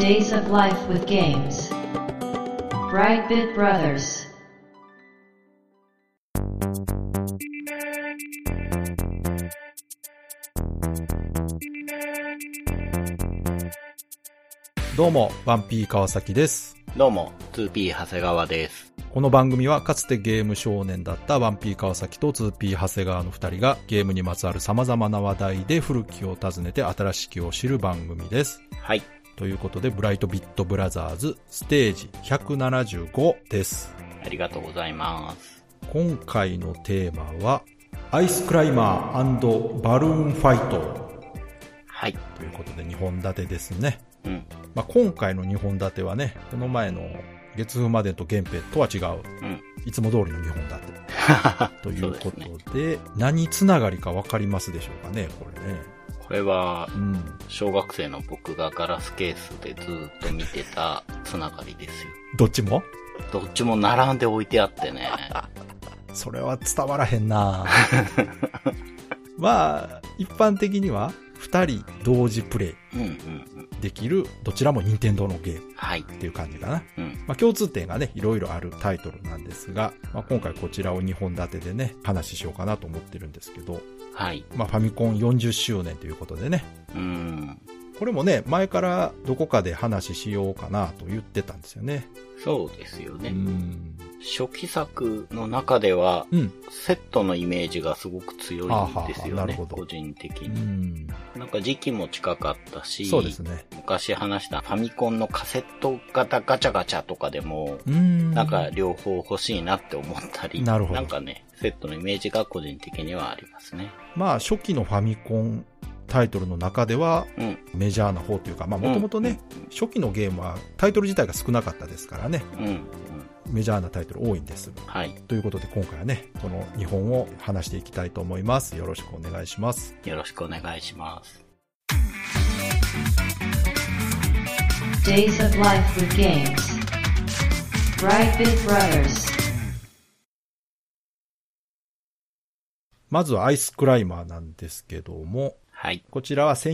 Days of Life with Games. Brightbit Brothers. どうも、1P 川崎です。 どうも、2P 長谷川です。 この番組はかつてゲーム少年だった 1P 川崎と 2P 長谷川の2人がゲームにまつわる様々な話題で古きを訪ねて新しきを知る番組です。 はい。 ということで、ブライトビットブラザーズステージ175です。 ありがとうございます。 今回のテーマは、アイスクライマー&バルーンファイト。 はい。 ということで、2本立てですね。 うん。 今回の2本立てはね、この前の月風までと源平とは違う、いつも通りの2本立てということで、何つながりか分かりますでしょうかね、これね。 これは、小学生の僕がガラスケースでずっと見てたつながりですよ。 どっちも並んで置いてあってね。 それは伝わらへんな一般的には2人同時プレイできるどちらも任天堂のゲームっていう感じかな。共通点がね、いろいろあるタイトルなんですが、今回こちらを2本立てでね、話しようかなと思ってるんですけど、 はい。 ファミコン40周年ということでね。これもね、前からどこかで話しようかなと言ってたんですよね。 そうですよね。初期作の中では、セットのイメージがすごく強いんですよね。個人的に。なんか時期も近かったし、 そうですね。 昔話したファミコンのカセット型ガチャガチャとかでも、なんか両方欲しいなって思ったり、 なるほど。 なんかね、セットのイメージが個人的にはありますね。 初期のファミコンタイトルの中では、メジャーな方というか、もともとね、初期のゲームはタイトル自体が少なかったですからね。メジャーなタイトル多いんです。 はい。 ということで今回はね、この2本を話していきたいと思います。よろしくお願いします。 よろしくお願いします。 Days of Life with Games. Brightbit Brothers. まずはアイスクライマーなんですけども、 はい。 こちらは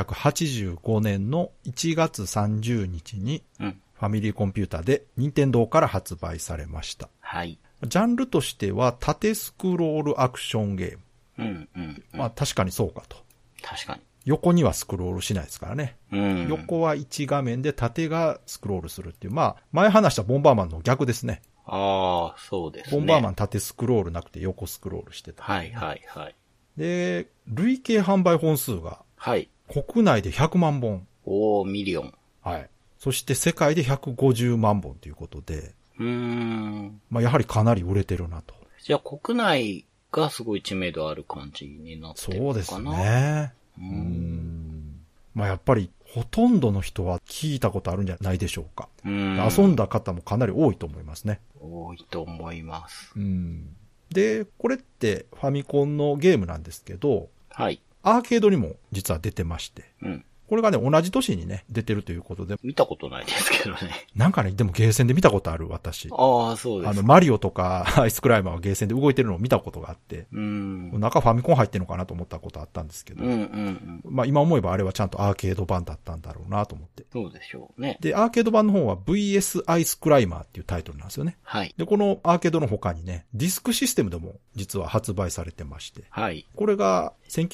1985年の1月30日に、ファミリーコンピュータで任天堂から発売されました。 はい。 ジャンルとしては縦スクロールアクションゲーム。確かにそうかと。 確かに。 横にはスクロールしないですからね。横は1画面で縦がスクロールするっていう、前話したボンバーマンの逆ですね。 ああ、そうですね。 ボンバーマン縦スクロールなくて横スクロールしてた、 はいはいはい。 で、累計販売本数が、国内で100万本。 ミリオン。 はい。そして世界で150万本ということで、やはりかなり売れてるなと。 じゃあ国内がすごい知名度ある感じになってるのかな。 そうですね。やっぱりほとんどの人は聞いたことあるんじゃないでしょうか。遊んだ方もかなり多いと思いますね。 多いと思います。 で、これってファミコンのゲームなんですけど、 はい。 アーケードにも実は出てまして、これがね、同じ年にね、出てるということで。 見たことないですけどね。 なんかね、でもゲーセンで見たことある、私。 ああ、そうです。 マリオとかアイスクライマーはゲーセンで動いてるのを見たことがあって、中ファミコン入ってるのかなと思ったことあったんですけど、今思えばあれはちゃんとアーケード版だったんだろうなと思って。 そうでしょうね。 で、アーケード版の方は VS アイスクライマーっていうタイトルなんですよね。 はい。 で、このアーケードの他にね、ディスクシステムでも実は発売されてまして、 はい。 これが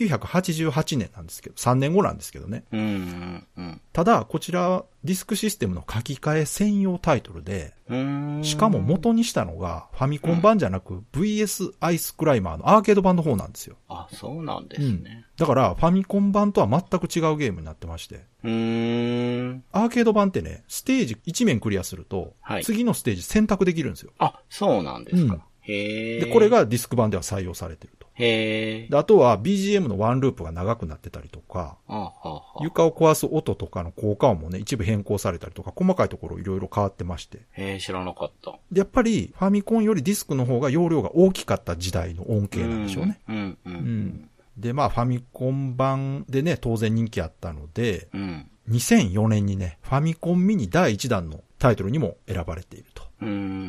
1988年なんですけど、3年後なんですけどね。ただ、こちら、ディスクシステムの書き換え専用タイトルで、しかも元にしたのが、ファミコン版じゃなく、VS アイスクライマーのアーケード版の方なんですよ。 あ、そうなんですね。 だから、ファミコン版とは全く違うゲームになってまして。アーケード版ってね、ステージ1面クリアすると、次のステージ選択できるんですよ。 あ、そうなんですか。で、 これがディスク版では採用されてると。で、あとは BGM のワンループが長くなってたりとか、床を壊す音とかの効果音もね、一部変更されたりとか、細かいところいろいろ変わってまして。 知らなかった。 で、やっぱりファミコンよりディスクの方が容量が大きかった時代の恩恵なんでしょうね。で、ファミコン版でね、当然人気あったので、2004年にね、ファミコンミニ第1弾のタイトルにも選ばれていると。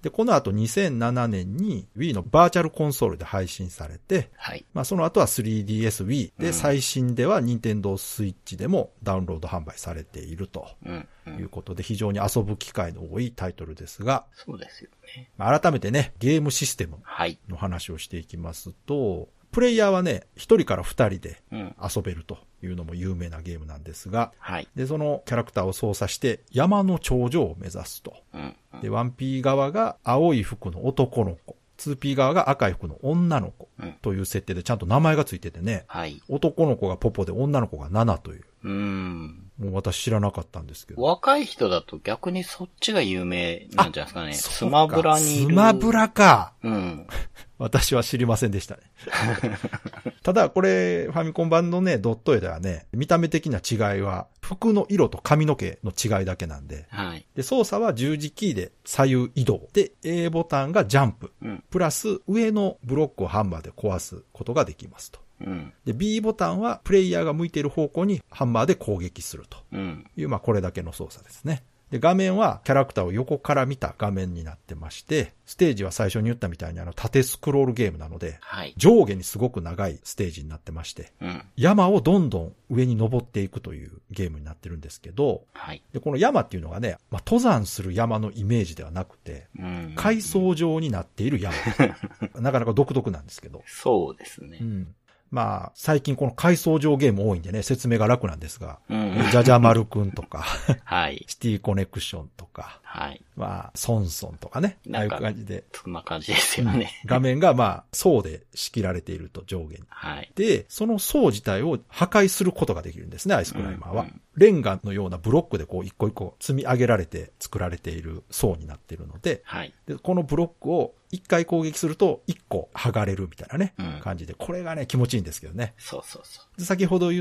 で、この後2007年に Wii のバーチャルコンソールで配信されて、はい。まあその後は 3DS Wii で、最新では Nintendo Switch でもダウンロード販売されているということで、非常に遊ぶ機会の多いタイトルですが、 そうですよね。 まあ、改めてね、ゲームシステムの話をしていきますと、プレイヤーはね、1人から2人で遊べるというのも有名なゲームなんですが、はい、で、そのキャラクターを操作して山の頂上を目指すと。で、1P 側が青い服の男の子、2P 側が赤い服の女の子という設定でちゃんと名前がついててね、はい、男の子がポポで女の子がナナという。もう私知らなかったんですけど。 若い人だと逆にそっちが有名なんじゃないですかね。スマブラにいる。 スマブラか。私は知りませんでしたね。ただこれファミコン版のね、ドット絵ではね、見た目的な違いは服の色と髪の毛の違いだけなんで、はい、で操作は十字キーで左右移動で A ボタンがジャンプ、プラス上のブロックをハンマーで壊すことができますと。で B ボタンはプレイヤーが向いている方向にハンマーで攻撃するという、まあこれだけの操作ですね。で、画面はキャラクターを横から見た画面になってまして、ステージは最初に言ったみたいに縦スクロールゲームなので、はい、上下にすごく長いステージになってまして、山をどんどん上に登っていくというゲームになってるんですけど、はい、で、この山っていうのがね、まあ、登山する山のイメージではなくて、階層状になっている山。なかなか独特なんですけど。 そうですね。 まあ、最近この階層上ゲーム多いんでね、説明が楽なんですが、ジャジャマルくんとか、はい、シティコネクションとか、はい、まあ、ソンソンとかね、ああいう感じで。 そんな感じですよね。 画面がまあ、層で仕切られていると上下に。はい、で、その層自体を破壊することができるんですね、アイスクライマーは。レンガのようなブロックでこう一個一個積み上げられて作られている層になっているので、はい、でこのブロックを一回攻撃すると一個剥がれるみたいなね、感じで、これがね気持ちいいんですけどね。 そうそうそう。 で先ほど言った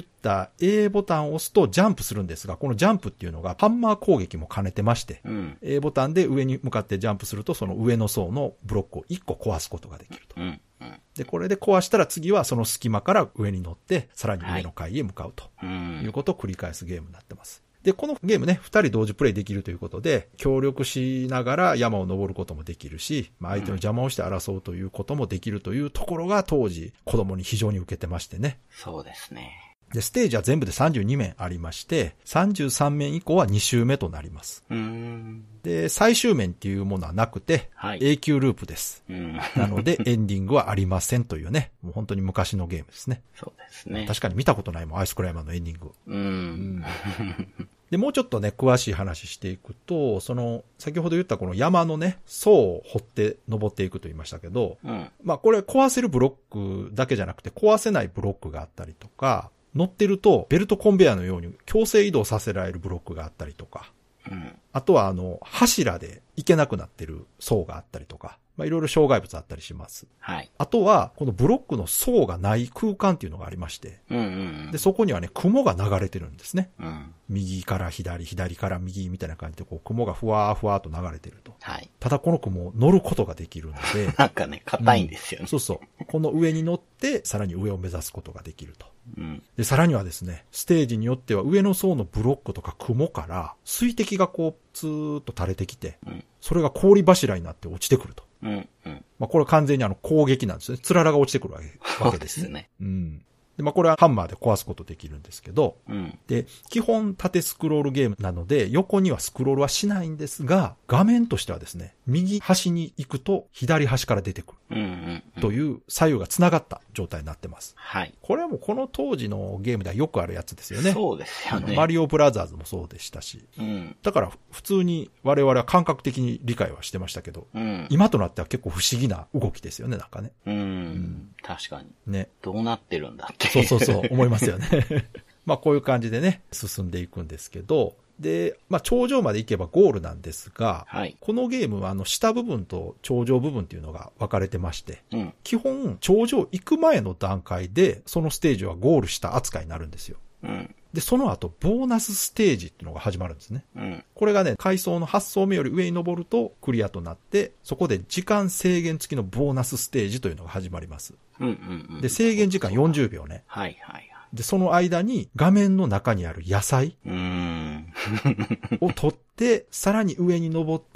A ボタンを押すとジャンプするんですが、このジャンプっていうのがハンマー攻撃も兼ねてまして、A ボタンで上に向かってジャンプするとその上の層のブロックを一個壊すことができると。で、これで壊したら次はその隙間から上に乗って、さらに上の階へ向かうということを繰り返すゲームになってます。で、このゲームね、二人同時プレイできるということで、協力しながら山を登ることもできるし、まあ、相手の邪魔をして争うということもできるというところが当時、子供に非常に受けてましてね。 そうですね。 で、ステージは全部で32面ありまして、33面以降は2周目となります。で、最終面っていうものはなくて、はい、永久ループです。なので、エンディングはありませんというね、もう本当に昔のゲームですね。 そうですね。 確かに見たことないもん、アイスクライマーのエンディング。で、もうちょっとね、詳しい話していくと、先ほど言ったこの山のね、層を掘って登っていくと言いましたけど、まあこれ壊せるブロックだけじゃなくて、壊せないブロックがあったりとか、乗ってるとベルトコンベヤーのように強制移動させられるブロックがあったりとか、あとは柱で行けなくなってる層があったりとか、まあいろいろ障害物あったりします。はい。あとは、このブロックの層がない空間っていうのがありまして、で、そこにはね、雲が流れてるんですね。右から左、左から右みたいな感じで、こう、雲がふわーふわーと流れてると。はい。ただこの雲、乗ることができるので。 なんかね、硬いんですよね。 そうそう。この上に乗って、さらに上を目指すことができると。で、さらにはですね、ステージによっては上の層のブロックとか雲から水滴がこう、ずーっと垂れてきて、それが氷柱になって落ちてくると。まあこれは完全に攻撃なんですね。つららが落ちてくるわけですね。そうですね。で、まあこれはハンマーで壊すことできるんですけど、で、基本縦スクロールゲームなので、横にはスクロールはしないんですが、画面としてはですね、右端に行くと左端から出てくる。という左右が繋がった状態になってます。はい。これはもうこの当時のゲームではよくあるやつですよね。 そうですよね。 マリオブラザーズもそうでしたし。だから普通に我々は感覚的に理解はしてましたけど、今となっては結構不思議な動きですよね、なんかね。 確かに。 ね。 どうなってるんだって。 そう思いますよね。まあこういう感じでね、進んでいくんですけど、で、まあ頂上まで行けばゴールなんですが、はい、このゲームは下部分と頂上部分っていうのが分かれてまして、基本頂上行く前の段階でそのステージはゴールした扱いになるんですよ。で、その後、ボーナスステージっていうのが始まるんですね。これがね、階層の8層目より上に登るとクリアとなって、そこで時間制限付きのボーナスステージというのが始まります。で、制限時間40秒ね。はいはい。で、その間に画面の中にある野菜を取って、さらに上に登っていって、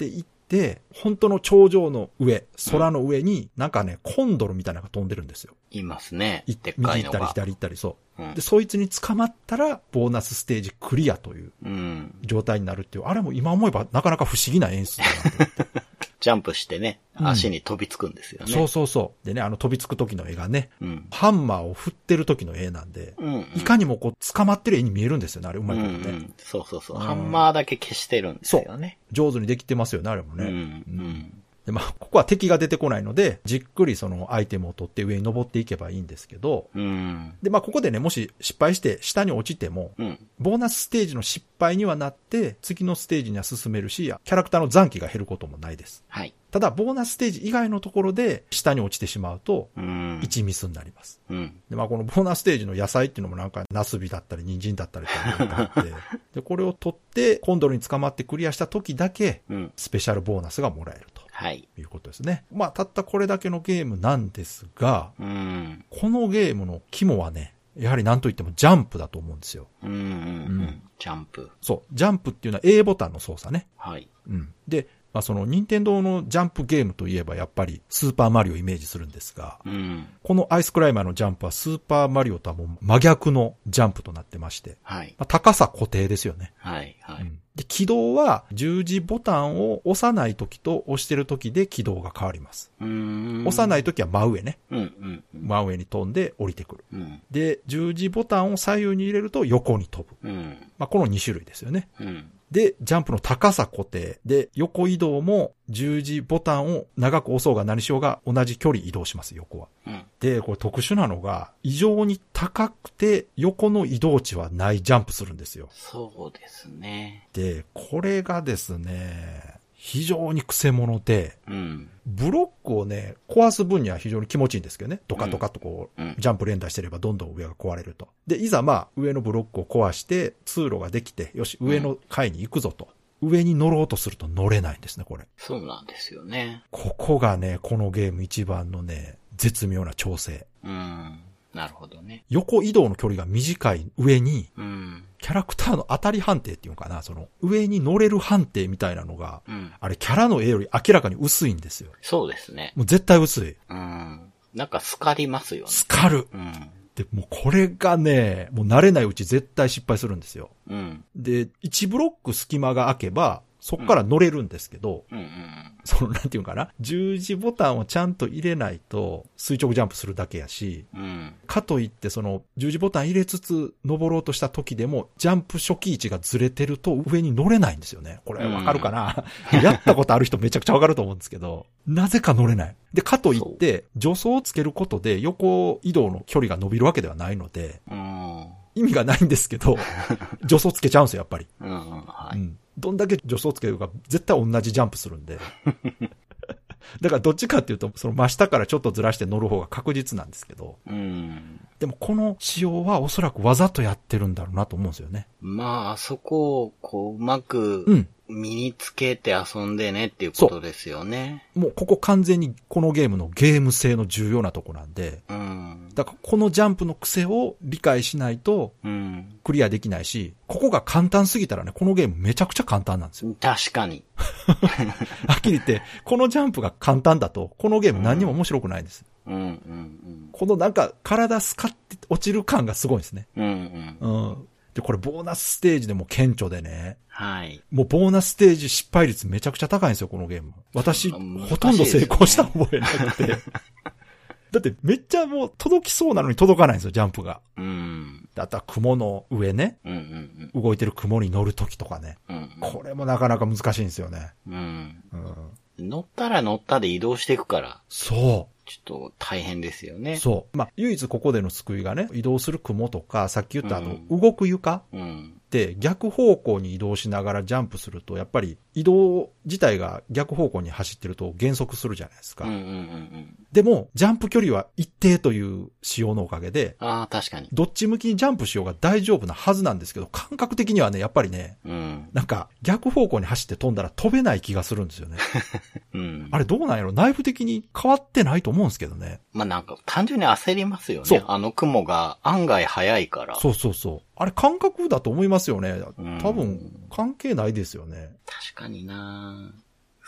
で、本当の頂上の上、空の上になんかね、コンドルみたいなのが飛んでるんですよ。 いますね。 右行ったり左行ったりそう。で、そいつに捕まったら、ボーナスステージクリアという状態になるっていう、あれも今思えばなかなか不思議な演出だなと思って。 ジャンプしてね、足に飛びつくんですよね。 そうそうそう。でね、飛びつく時の絵がね、ハンマーを振ってる時の絵なんで、いかにもこう捕まってる絵に見えるんですよね、あれうまいことね。 そうそうそう。ハンマーだけ消してるんですよね。 上手にできてますよね、あれもね。で、まあ、ここは敵が出てこないので、じっくりそのアイテムを取って上に登っていけばいいんですけど、で、まあ、ここでね、もし失敗して下に落ちても、ボーナスステージの失敗にはなって、次のステージには進めるし、キャラクターの残機が減ることもないです。 はい。 ただ、ボーナスステージ以外のところで下に落ちてしまうと、1ミスになります。で、まあ、このボーナスステージの野菜っていうのもなんか、ナスビだったり、人参だったりとかあって、で、これを取って、コンドルに捕まってクリアした時だけ、スペシャルボーナスがもらえると。 はい。 いうことですね。まあ、たったこれだけのゲームなんですが、このゲームの肝はね、やはり何と言ってもジャンプだと思うんですよ。 ジャンプ。 そう。ジャンプっていうのは A ボタンの操作ね。 はい。 で、まあ、その任天堂のジャンプゲームといえばやっぱりスーパーマリオをイメージするんですが、このアイスクライマーのジャンプはスーパーマリオとはもう真逆のジャンプとなってまして、 はい。 まあ、高さ固定ですよね。 はい、はい。 で、起動は十字ボタンを押さないときと押してるときで起動が変わります。押さないときは真上ね。真上に飛んで降りてくる。で、十字ボタンを左右に入れると横に飛ぶ。まあ、この2種類ですよね。で、ジャンプの高さ固定。で、横移動も十字ボタンを長く押そうが何しようが同じ距離移動します、横は。で、これ特殊なのが、異常に高くて横の移動値はないジャンプするんですよ。 そうですね。 で、これがですね、非常に癖者で、ブロックをね、壊す分には非常に気持ちいいんですけどね。ドカドカとこう、ジャンプ連打してればどんどん上が壊れると。で、いざまあ、上のブロックを壊して通路ができて、よし、上の階に行くぞと。上に乗ろうとすると乗れないんですね、これ。 そうなんですよね。 ここがね、このゲーム一番のね、絶妙な調整。 なるほどね。 横移動の距離が短い上に、キャラクターの当たり判定っていうのかな、その上に乗れる判定みたいなのが、あれキャラの絵より明らかに薄いんですよ。 そうですね。 もう絶対薄い。 なんかスカりますよね。 スカる。で、もうこれがね、もう慣れないうち絶対失敗するんですよ。で、1ブロック隙間が空けば、そこから乗れるんですけど、その、なんていうかな、十字ボタンをちゃんと入れないと、垂直ジャンプするだけやし、かといってその、十字ボタン入れつつ、登ろうとした時でも、ジャンプ初期位置がずれてると上に乗れないんですよね。これわかるかな、やったことある人めちゃくちゃわかると思うんですけど、なぜか乗れない。で、かといって、助走をつけることで横移動の距離が伸びるわけではないので、意味がないんですけど、助走つけちゃうんですよ、やっぱり。どんだけ助走つけるか絶対同じジャンプするんで。だからどっちかっていうと、その真下からちょっとずらして乗る方が確実なんですけど。でもこの仕様はおそらくわざとやってるんだろうなと思うんですよね。 まあ、そこをこううまく身につけて遊んでねっていうことですよね。 もうここ完全にこのゲームのゲーム性の重要なとこなんで。だからこのジャンプの癖を理解しないとクリアできないし、ここが簡単すぎたらね、このゲームめちゃくちゃ簡単なんですよ。 確かに。 はっきり言って、このジャンプが簡単だと、このゲーム何にも面白くないんです。このなんか体スカって落ちる感がすごいですね。で、これボーナスステージでも顕著でね。もうボーナスステージ失敗率めちゃくちゃ高いんですよ、このゲーム。私、ほとんど成功した覚えなくて。だってめっちゃもう届きそうなのに届かないんですよ、ジャンプが。あとは雲の上ね。動いてる雲に乗るときとかね。これもなかなか難しいんですよね。乗ったら乗ったで移動していくから。そう。ちょっと大変ですよね。そう。まあ、唯一ここでの救いがね、移動する雲とか、さっき言った動く床って逆方向に移動しながらジャンプすると、やっぱり移動自体が逆方向に走ってると減速するじゃないですか。でも、ジャンプ距離は一定という仕様のおかげで、 確かに。 どっち向きにジャンプしようが大丈夫なはずなんですけど、感覚的にはね、やっぱりね、なんか逆方向に走って飛んだら飛べない気がするんですよね。あれどうなんやろ、内部的に変わってないと思うんですけどね。 まあなんか単純に焦りますよね。あの雲が案外速いから。 そうそうそう。あれ感覚だと思いますよね。多分関係ないですよね。 確かにな。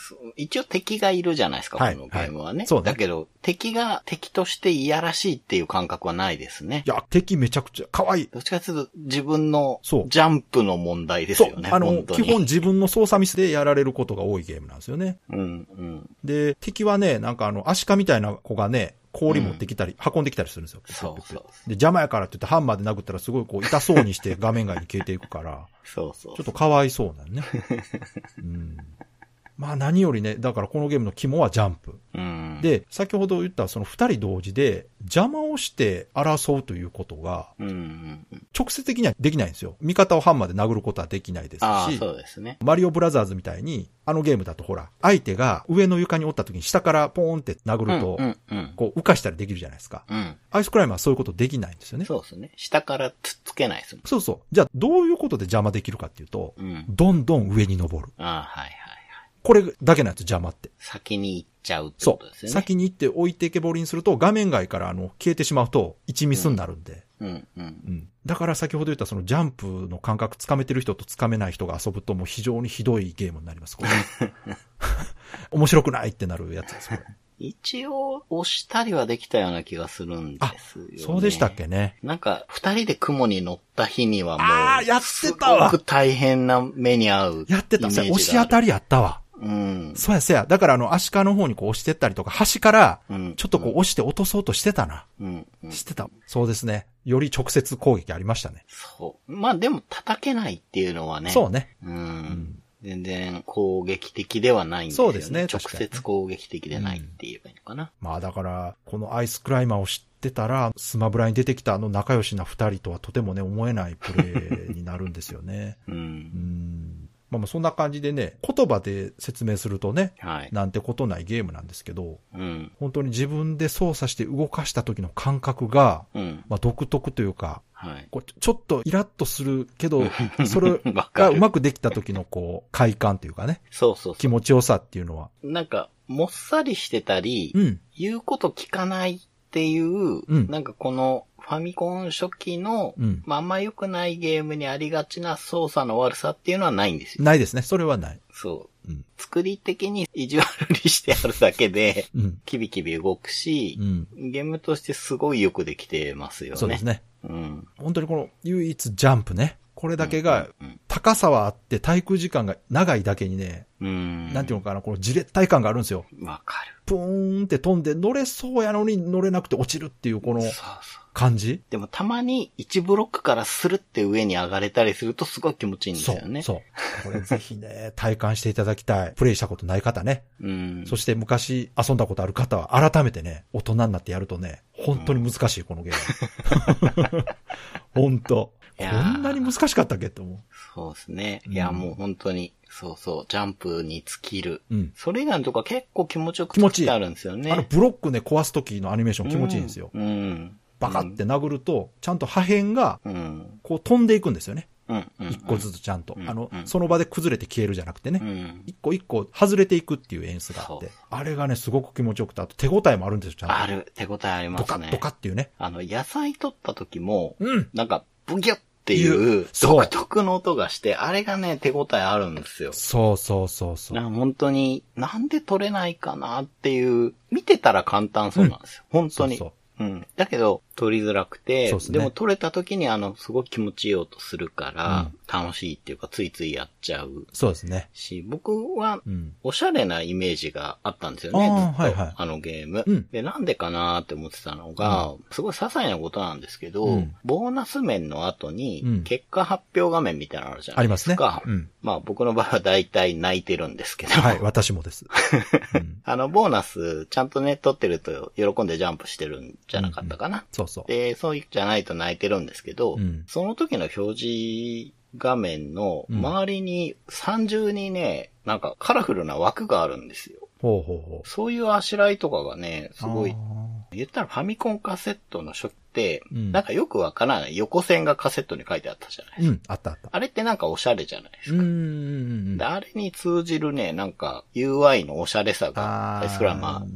一応敵がいるじゃないですか、このゲームはね。 はい、そうね。 だけど、敵が敵としていやらしいっていう感覚はないですね。 いや、敵めちゃくちゃ可愛い。 どっちかというと自分のジャンプの問題ですよね。 基本自分の操作ミスでやられることが多いゲームなんですよね。 うんうん。 で、敵はね、なんかアシカみたいな子がね、氷持ってきたり、運んできたりするんですよ。 そう。 で、邪魔やからって言ってハンマーで殴ったらすごいこう痛そうにして画面外に消えていくから。 そう。 ちょっとかわいそうなんね。うん。まあ何よりね、だからこのゲームの肝はジャンプ。で、先ほど言ったその二人同時で邪魔をして争うということが、直接的にはできないんですよ。味方をハンマーで殴ることはできないですし、 そうですね。 マリオブラザーズみたいに、あのゲームだとほら、相手が上の床におった時に下からポーンって殴ると、こう浮かしたりできるじゃないですか。アイスクライマーはそういうことできないんですよね。 そうですね。下からつっつけないですもん。 そう。じゃあどういうことで邪魔できるかっていうと、どんどん上に登る。これだけなんです邪魔って。 先に行っちゃうってことですよね。 先に行って置いてけぼりにすると画面外から消えてしまうと1ミスになるんで。だから先ほど言ったそのジャンプの感覚つかめてる人とつかめない人が遊ぶともう非常にひどいゲームになります。これ面白くないってなるやつです。これ一応押したりはできたような気がするんですよね。 そうでしたっけね。 なんか二人で雲に乗った日にはもうやってたわ。 すごく大変な目に遭う。 やってた。押し当たりやったわ。そうや。だからアシカの方にこう押してったりとか、端から、ちょっとこう押して落とそうとしてたな。してた。そうですね。より直接攻撃ありましたね。 そう。まあでも叩けないっていうのはね。 そうね。 全然攻撃的ではないんですよね。 そうですね。 直接攻撃的でないって言えばいいのかな。 まあだから、このアイスクライマーを知ってたら、スマブラに出てきた仲良しな二人とはとてもね、思えないプレイになるんですよね。まあそんな感じでね、言葉で説明するとね、なんてことないゲームなんですけど、本当に自分で操作して動かした時の感覚が、まあ独特というか、ちょっとイラッとするけど、それがうまくできた時のこう、快感というかね、気持ちよさっていうのは。 なんか、もっさりしてたり、言うこと聞かないっていう、なんかこの、ファミコン初期の、あんま良くないゲームにありがちな操作の悪さっていうのはないんですよ。 ないですね。それはない。 そう。作り的に意地悪にしてあるだけで、キビキビ動くし、ゲームとしてすごいよくできてますよね。 そうですね。本当にこの唯一ジャンプね。これだけが、高さはあって滞空時間が長いだけにね、なんていうのかな、このじれったい感があるんですよ。 わかる。 プーンって飛んで乗れそうやのに乗れなくて落ちるっていうこの感じ。 でもたまに1ブロックからスルって上に上がれたりするとすごい気持ちいいんですよね。 そう。これぜひね、体感していただきたい。プレイしたことない方ね。そして昔遊んだことある方は改めてね、大人になってやるとね、本当に難しい、このゲーム。本当。こんなに難しかったっけって思う。 そうですね。いや、もう本当に、ジャンプに尽きる。それ以外のとこ結構気持ちよく作ってあるんですよね。 ブロックね、壊す時のアニメーション気持ちいいんですよ。バカって殴ると、ちゃんと破片が、こう飛んでいくんですよね。一個ずつちゃんと。その場で崩れて消えるじゃなくてね。一個一個外れていくっていう演出があって。あれがね、すごく気持ちよくて、あと手応えもあるんですよ、ちゃんと。 ある。手応えありますね。 ドカっていうね。 野菜取った時も、なんか、ブギュッっていう独特の音がして、あれがね、手応えあるんですよ。 そう。 本当に、なんで取れないかなっていう、見てたら簡単そうなんですよ。本当に。だけど、取りづらくて、でも取れた時にすごく気持ちいい音するから、楽しいっていうか、ついついやっちゃう。 そうですね。 僕は、おしゃれなイメージがあったんですよね、ずっと、ゲーム。で、なんでかなーって思ってたのが、すごい些細なことなんですけど、ボーナス面の後に、結果発表画面みたいなのあるじゃないですか。ありますね。まあ僕の場合は大体泣いてるんですけど。 はい、私もです。 ボーナス、ちゃんとね、取ってると喜んでジャンプしてるんじゃなかったかな。で、そうじゃないと泣いてるんですけど、その時の表示画面の周りに三重にね、なんかカラフルな枠があるんですよ。そういうあしらいとかがね、すごい、言ったらファミコンカセットの初期って、なんかよくわからない横線がカセットに書いてあったじゃないですか。 あった。 あれってなんかおしゃれじゃないですか。であれに通じるね、なんか UI のおしゃれさが、アイスクライマー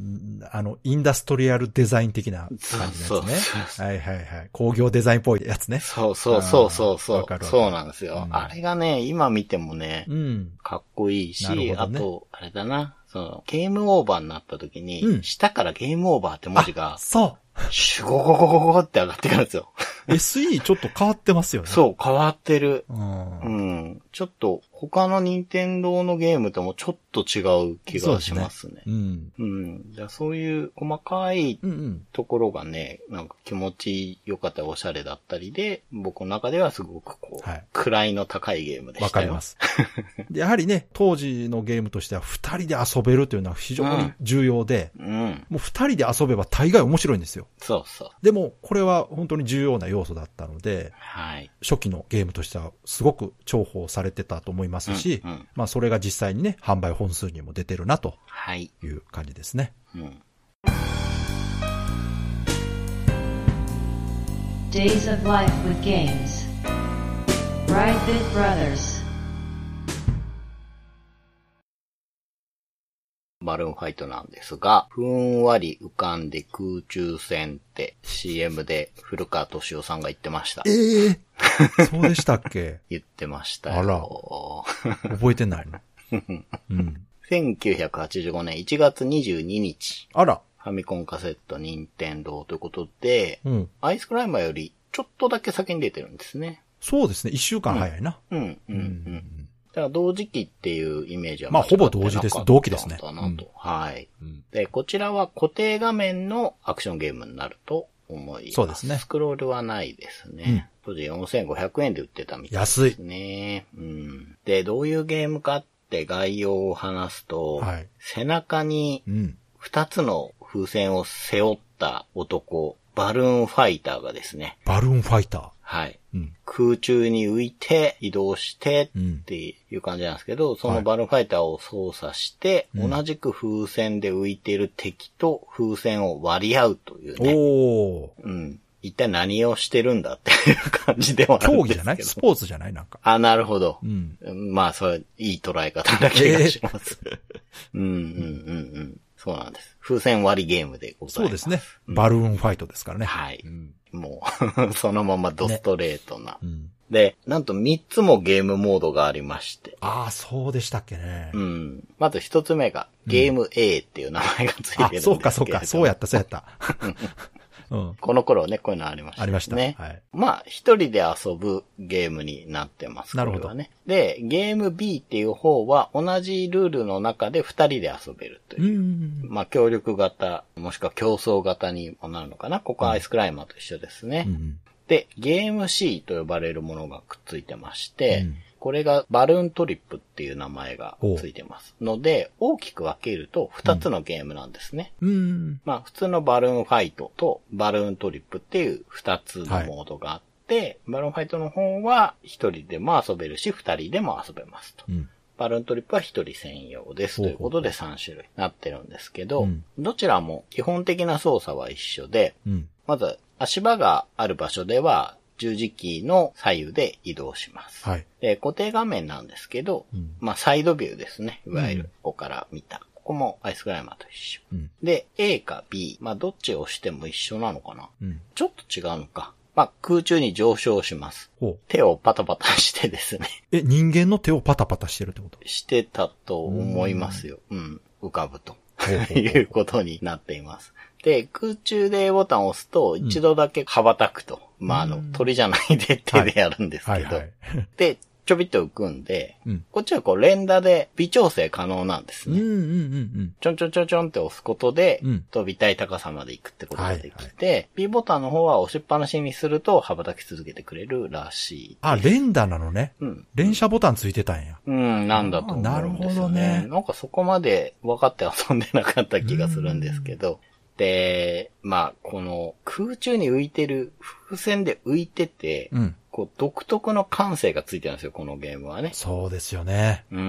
インダストリアルデザイン的な感じのやつね。そうはいはいはい。工業デザインっぽいやつね。 そう。そうなんですよ。あれがね、今見てもね、かっこいいし、あと、あれだな、ゲームオーバーになった時に、下からゲームオーバーって文字が、シュゴゴゴゴゴって上がってくるんですよ。 SE ちょっと変わってますよね。 そう、変わってる。ちょっと、他の任天堂のゲームともちょっと違う気がしますね。そういう細かいところがね、なんか気持ち良かったりおしゃれだったりで、僕の中ではすごく位の高いゲームでしたよ。 わかります。で、やはりね、当時のゲームとしては2人で遊べるというのは非常に重要で、もう2人で遊べば大概面白いんですよ。 そう。 でも、これは本当に重要な要素だったので、初期のゲームとしてはすごく重宝されてたと思いますし、まあそれが実際にね、販売本数にも出てるなという感じですね。 Days of Life with Games Brightbit Brothers バルーンファイトなんですが、ふんわり浮かんで空中戦って CM で古川敏夫さんが言ってました。 そうでしたっけ言ってましたよ。 あら。覚えてないの 1985年1月22日。 あら。 ファミコンカセット任天堂ということで、アイスクライマーよりちょっとだけ先に出てるんですね。 そうですね。1週間早いな。 だから同時期っていうイメージはまあほぼ同時です。同期ですね。 はい。で、こちらは固定画面のアクションゲームになると思います。 そうですね。 スクロールはないですね。当時4500円で売ってたみたいですね。安い。で、どういうゲームかって概要を話すと、背中に2つの風船を背負った男、バルーンファイターがですね。 バルーンファイター。 はい。空中に浮いて移動してっていう感じなんですけど、そのバルーンファイターを操作して、同じく風船で浮いている敵と風船を割り合うというね。一体何をしてるんだっていう感じではあるんですけど。 競技じゃないスポーツじゃないなんか。 なるほど。まあ、それ、いい捉え方な気がします。そうなんです。風船割りゲームでございます。 そうですね。バルーンファイトですからね。 はい。もう、そのままドストレートな。で、なんと3つもゲームモードがありまして。 そうでしたっけね。 まず1つ目が、ゲーム A っていう名前がついてるんですけど。 そうか。そうやった。 この頃ね、こういうのありましたね。 ありました。はい。 まあ、一人で遊ぶゲームになってます。 なるほど。 ね。で、ゲーム B っていう方は同じルールの中で二人で遊べるという。まあ、協力型、もしくは競争型にもなるのかな。ここはアイスクライマーと一緒ですね。で、ゲーム C と呼ばれるものがくっついてまして、これがバルーントリップっていう名前がついてます。ので、大きく分けると2つのゲームなんですね。まあ、普通のバルーンファイトとバルーントリップっていう2つのモードがあって、バルーンファイトの方は1人でも遊べるし、2人でも遊べますと。バルーントリップは1人専用ですということで3種類になってるんですけど、どちらも基本的な操作は一緒で、まず足場がある場所では、十字キーの左右で移動します。で、固定画面なんですけど、まあ、サイドビューですね。いわゆる、ここから見た。ここもアイスクライマーと一緒。で、A か B、まあ、どっちを押しても一緒なのかな。ちょっと違うのか。まあ、空中に上昇します。手をパタパタしてですね。 人間の手をパタパタしてるってこと？ してたと思いますよ。浮かぶと。いうことになっています。で、空中でボタンを押すと、一度だけ羽ばたくと。まあ、鳥じゃないで手でやるんですけど。で、ちょびっと浮くんで、こっちはこう連打で微調整可能なんですね。ちょんちょんちょんちょんって押すことで、飛びたい高さまで行くってことができて、B ボタンの方は押しっぱなしにすると羽ばたき続けてくれるらしい。 連打なのね。連射ボタンついてたんや。 なんだと思うんですよね。なるほどね。なんかそこまで分かって遊んでなかった気がするんですけど、で、まあ、この空中に浮いてる、風船で浮いてて、 こう、独特の感性がついてるんですよ、このゲームはね。 そうですよね。 うん。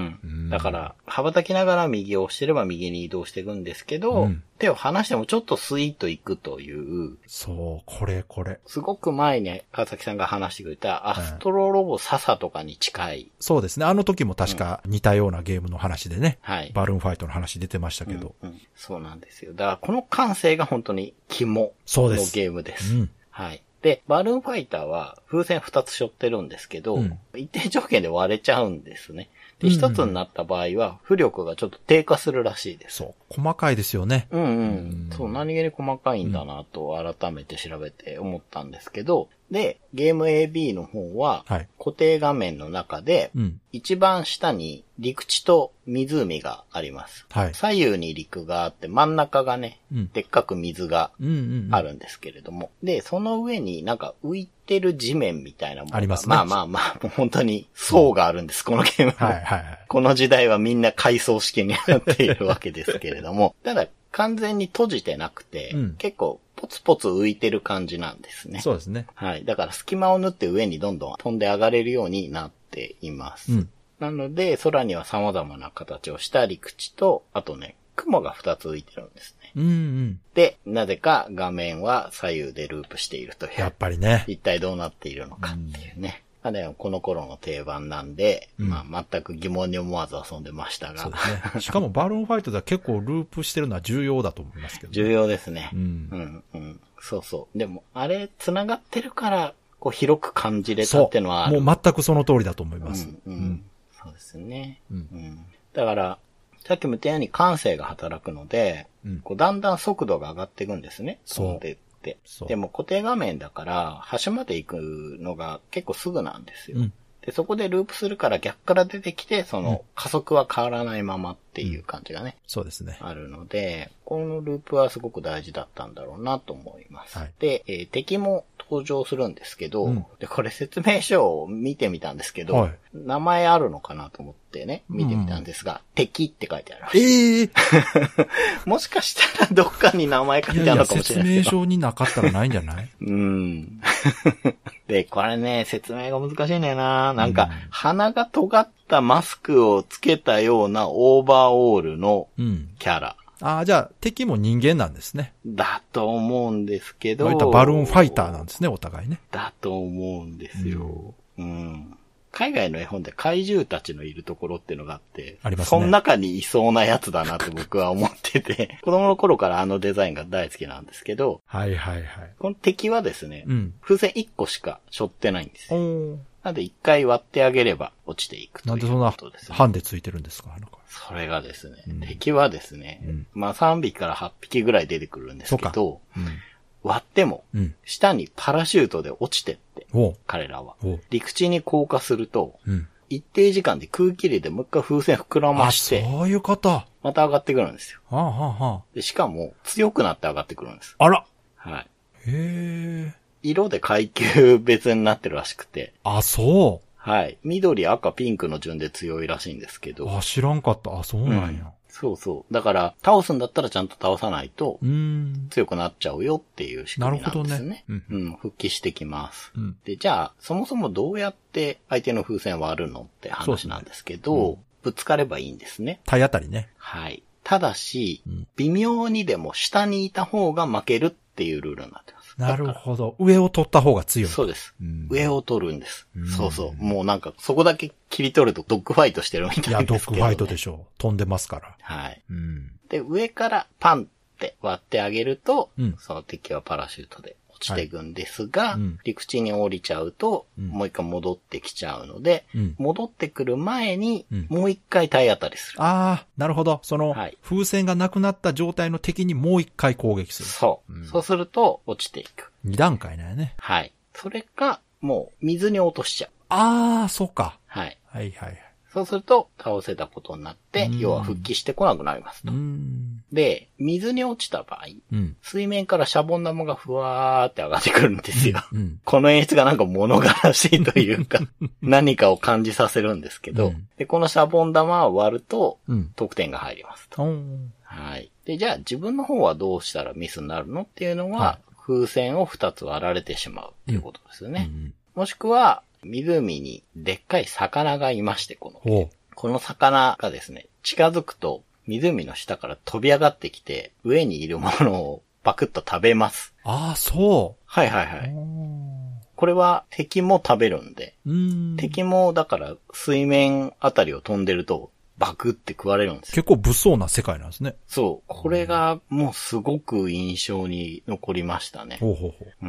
だから、羽ばたきながら右を押してれば右に移動していくんですけど、手を離してもちょっとスイーッと行くという。 そう、これ。 すごく前に川崎さんが話してくれたアストロロボ笹とかに近い。 そうですね。あの時も確か似たようなゲームの話でね。はい。バルーンファイトの話出てましたけど。 そうなんですよ。だからこの感性が本当に肝のゲームです。はい。で、バルーンファイターは風船2つ背負ってるんですけど、一定条件で割れちゃうんですね。で、一つになった場合は、浮力がちょっと低下するらしいです。 そう。細かいですよね。 そう、何気に細かいんだなと改めて調べて思ったんですけど、で、ゲーム AB の方は、固定画面の中で、一番下に陸地と湖があります。左右に陸があって、真ん中がね、でっかく水があるんですけれども、で、その上になんか浮いてる地面みたいなものがありますね。 まあ、本当に層があるんです、このゲーム。この時代はみんな階層式になっているわけですけれども、ただ完全に閉じてなくて、結構ポツポツ浮いてる感じなんですね。 そうですね。 はい。だから隙間を縫って上にどんどん飛んで上がれるようになっています。なので、空には様々な形をした陸地と、あとね、雲が2つ浮いてるんですね。で、なぜか画面は左右でループしているという。 やっぱりね。 一体どうなっているのかっていうね。この頃の定番なんで、全く疑問に思わず遊んでましたが。 そうですね。しかもバルーンファイトでは結構ループしてるのは重要だと思いますけど、ね。 重要ですね。そうそう。でも、あれ、繋がってるから、こう広く感じれたっていうのはある。 もう全くその通りだと思います。 そうですね。だから、さっきも言ったように感性が働くので、こうだんだん速度が上がっていくんですね。そう。でも固定画面だから、端まで行くのが結構すぐなんですよ。で、そこでループするから逆から出てきて、その加速は変わらないままっていう感じがね。 そうですね。 あるので、このループはすごく大事だったんだろうなと思います。で、敵も登場するんですけど、で、これ説明書を見てみたんですけど、名前あるのかなと思ってね、見てみたんですが、敵って書いてある。もしかしたらどっかに名前書いてあるのかもしれない。 説明書になかったらないんじゃない？ で、これね、説明が難しいんだよな。なんか、鼻が尖ったマスクをつけたようなオーバーオールのキャラ。 じゃあ、敵も人間なんですね。 だと思うんですけど。 バルーンファイターなんですね、お互いね。 だと思うんですよ。海外の絵本で怪獣たちのいるところっていうのがあって、 ありますね。 その中にいそうなやつだなって僕は思ってて、子供の頃からあのデザインが大好きなんですけど、この敵はですね、風船1個しか背負ってないんですよ。なんで1回割ってあげれば落ちていくということです、ね。なんでそんなハンデついてるんですか？ それがですね、敵はですね、3匹から8匹ぐらい出てくるんですけど、割っても、下にパラシュートで落ちてって、彼らは。陸地に降下すると、一定時間で空気入れでもう一回風船膨らまして、 そういうこと。 また上がってくるんですよ。で、しかも、強くなって上がってくるんです。 あら。 はい。 へー。 色で階級別になってるらしくて。 そう。 はい。緑、赤、ピンクの順で強いらしいんですけど。 知らんかった。そうなんや。 そうそう。だから、倒すんだったらちゃんと倒さないと、強くなっちゃうよっていう仕組みなんですね。なるほどね。復帰してきます。で、じゃあ、そもそもどうやって相手の風船割るのって話なんですけど、ぶつかればいいんですね。 体当たりね。 はい。ただし、微妙にでも下にいた方が負けるっていうルールになってます。 なるほど。上を取った方が強い。 そうです。上を取るんです。そうそう。もうなんか、そこだけ切り取るとドッグファイトしてるみたいですけど、ね。 ドッグファイトでしょう。飛んでますから。 はい。で、上からパンって割ってあげると、その敵はパラシュートで落ちていくんですが、陸地に降りちゃうと、もう一回戻ってきちゃうので、戻ってくる前に、もう一回体当たりする。 なるほど。その、風船がなくなった状態の敵にもう一回攻撃する。 そう。そうすると、落ちていく。 二段階なんやね。 はい。それか、もう、水に落としちゃう。 そうか。 はい。 はいはい。 そうすると、倒せたことになって、要は復帰してこなくなりますと。で、水に落ちた場合、水面からシャボン玉がふわーって上がってくるんですよ。この演出がなんか物悲しいというか、何かを感じさせるんですけど、で、このシャボン玉を割ると、得点が入りますと。はい。で、じゃあ自分の方はどうしたらミスになるのっていうのは、風船を2つ割られてしまうっていうことですよね。 もしくは、湖にでっかい魚がいまして、この魚がですね、近づくと湖の下から飛び上がってきて、上にいるものをパクッと食べます。 ああ、そう。 はいはいはい。これは敵も食べるんで、敵もだから水面あたりを飛んでるとバクって食われるんですよ。 結構物騒な世界なんですね。 そう。これがもうすごく印象に残りましたね。うん。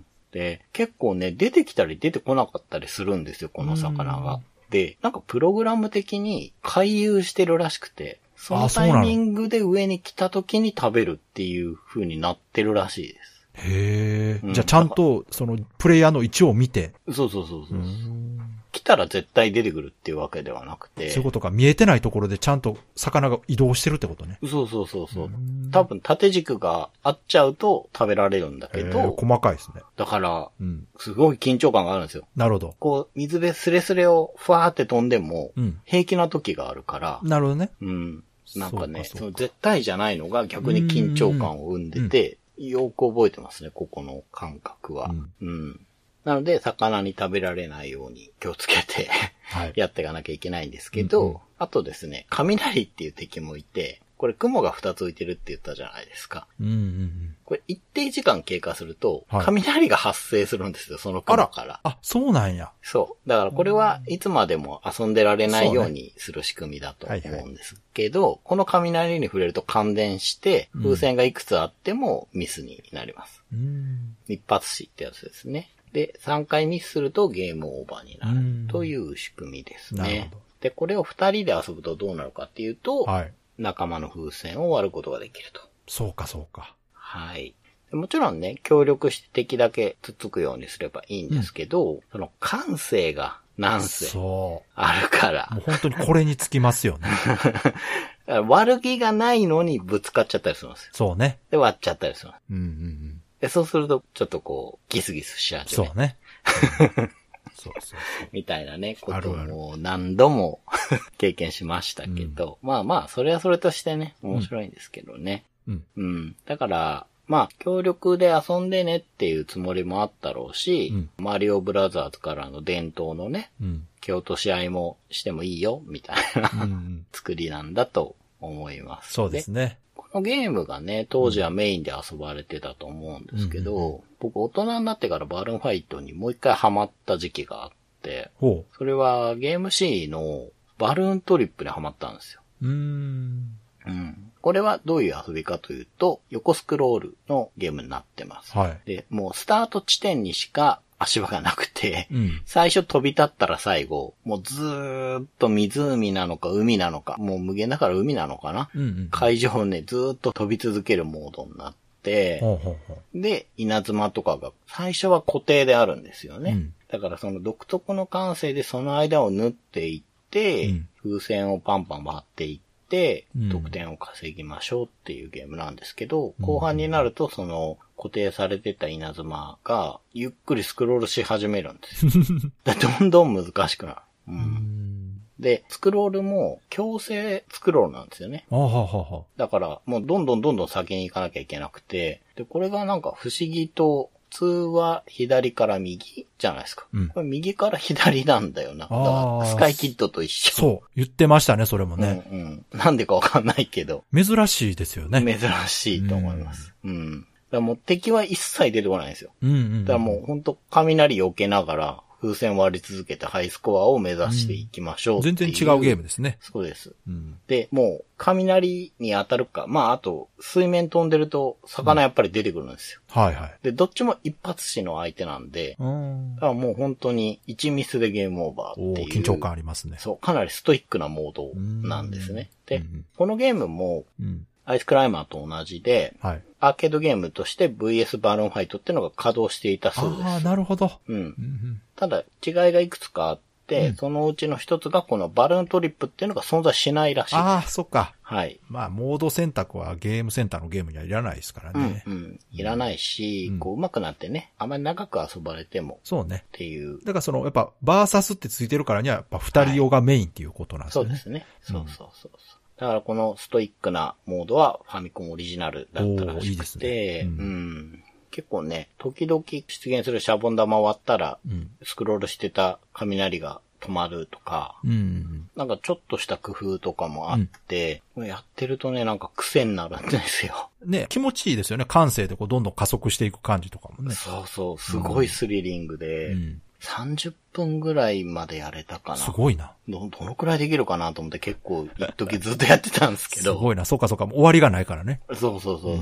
で、結構ね、出てきたり出てこなかったりするんですよ、この魚が。で、なんかプログラム的に回遊してるらしくて、そのタイミングで上に来た時に食べるっていう風になってるらしいです。 へー。じゃあちゃんと、その、プレイヤーの位置を見て。 そう。来たら絶対出てくるっていうわけではなくて。 そういうことか。見えてないところでちゃんと魚が移動してるってことね。 そう。多分縦軸が合っちゃうと食べられるんだけど。 細かいですね。 だから、すごい緊張感があるんですよ。 なるほど。 こう、水辺スレスレをふわーって飛んでも、平気な時があるから。 なるほどね。 なんかね、その絶対じゃないのが逆に緊張感を生んでて、よく覚えてますね、ここの感覚は。なので、魚に食べられないように気をつけてやっていかなきゃいけないんですけど、あとですね、雷っていう敵もいて、これ雲が2つ浮いてるって言ったじゃないですか。これ一定時間経過すると、雷が発生するんですよ、その雲から。 あ、そうなんや。 そう。だからこれはいつまでも遊んでられないようにする仕組みだと思うんですけど、この雷に触れると感電して、風船がいくつあってもミスになります。一発死ってやつですね。で、3回ミスするとゲームオーバーになるという仕組みですね。で、これを2人で遊ぶとどうなるかっていうと、仲間の風船を割ることができると。 そうか。 はい。もちろんね、協力して敵だけつっつくようにすればいいんですけど、その感性がなんせあるから。 もう本当にこれにつきますよね。 悪気がないのにぶつかっちゃったりするんですよ。 そうね。 で、割っちゃったりする。で、そうすると、ちょっとこう、ギスギスしちゃう。 そうね。そう。 みたいなね、ことを何度も経験しましたけど、まあ、それはそれとしてね、面白いんですけどね。だから、まあ、協力で遊んでねっていうつもりもあったろうし、マリオブラザーズからの伝統のね、蹴落とし合いもしてもいいよ、みたいな作りなんだと思います。 そうですね。 このゲームがね、当時はメインで遊ばれてたと思うんですけど、僕大人になってからバルーンファイトにもう一回ハマった時期があって、それはゲームシーのバルーントリップにハマったんですよ。これはどういう遊びかというと、横スクロールのゲームになってます。で、もうスタート地点にしか足場がなくて、最初飛び立ったら最後、もうずーっと湖なのか海なのか、もう無限だから海なのかな、海上をね、ずーっと飛び続けるモードになって、で、稲妻とかが最初は固定であるんですよね。だからその独特の感性でその間を縫っていって、風船をパンパン割っていって、得点を稼ぎましょうっていうゲームなんですけど、後半になるとその固定されてた稲妻がゆっくりスクロールし始めるんですよ。どんどん難しくなる。で、スクロールも強制スクロールなんですよね。だからもうどんどん先に行かなきゃいけなくて、で、これがなんか不思議と、普通は左から右じゃないですか。これ右から左なんだよな。だからスカイキッドと一緒。 そう。言ってましたね、それもね。 なんでかわかんないけど。 珍しいですよね。 珍しいと思います。だからもう敵は一切出てこないんですよ。だからもうほんと雷避けながら、風船割り続けてハイスコアを目指していきましょうっていう、 全然違うゲームですね。 そうです。で、もう雷に当たるか、まああと水面飛んでると魚やっぱり出てくるんですよ。で、どっちも一発死の相手なんで、だからもう本当に1ミスでゲームオーバーっていう。 緊張感ありますね。 そう、かなりストイックなモードなんですね。で、このゲームも、アイスクライマーと同じで、アーケードゲームとして VS バルーンファイトっていうのが稼働していたそうです。 なるほど。 ただ、違いがいくつかあって、そのうちの一つがこのバルーントリップっていうのが存在しないらしいです。 そっか。 まあ、モード選択はゲームセンターのゲームにはいらないですからね。 いらないし、こう上手くなってね、あまり長く遊ばれても。 そうね。 っていう。 だからやっぱ、バーサスってついてるからには、やっぱ二人用がメインっていうことなんですね。 そうですね。そう。だからこのストイックなモードはファミコンオリジナルだったらしくて、 結構ね、時々出現するシャボン玉割ったら、スクロールしてた雷が止まるとか、なんかちょっとした工夫とかもあって、やってるとね、なんか癖になるんですよ。 ね、気持ちいいですよね。感性でこうどんどん加速していく感じとかもね。 そうそう、すごいスリリングで、30分ぐらいまでやれたかな。 すごいな。 どのくらいできるかなと思って結構一時ずっとやってたんですけど。 すごいな。そうかそうか。終わりがないからね。 そう。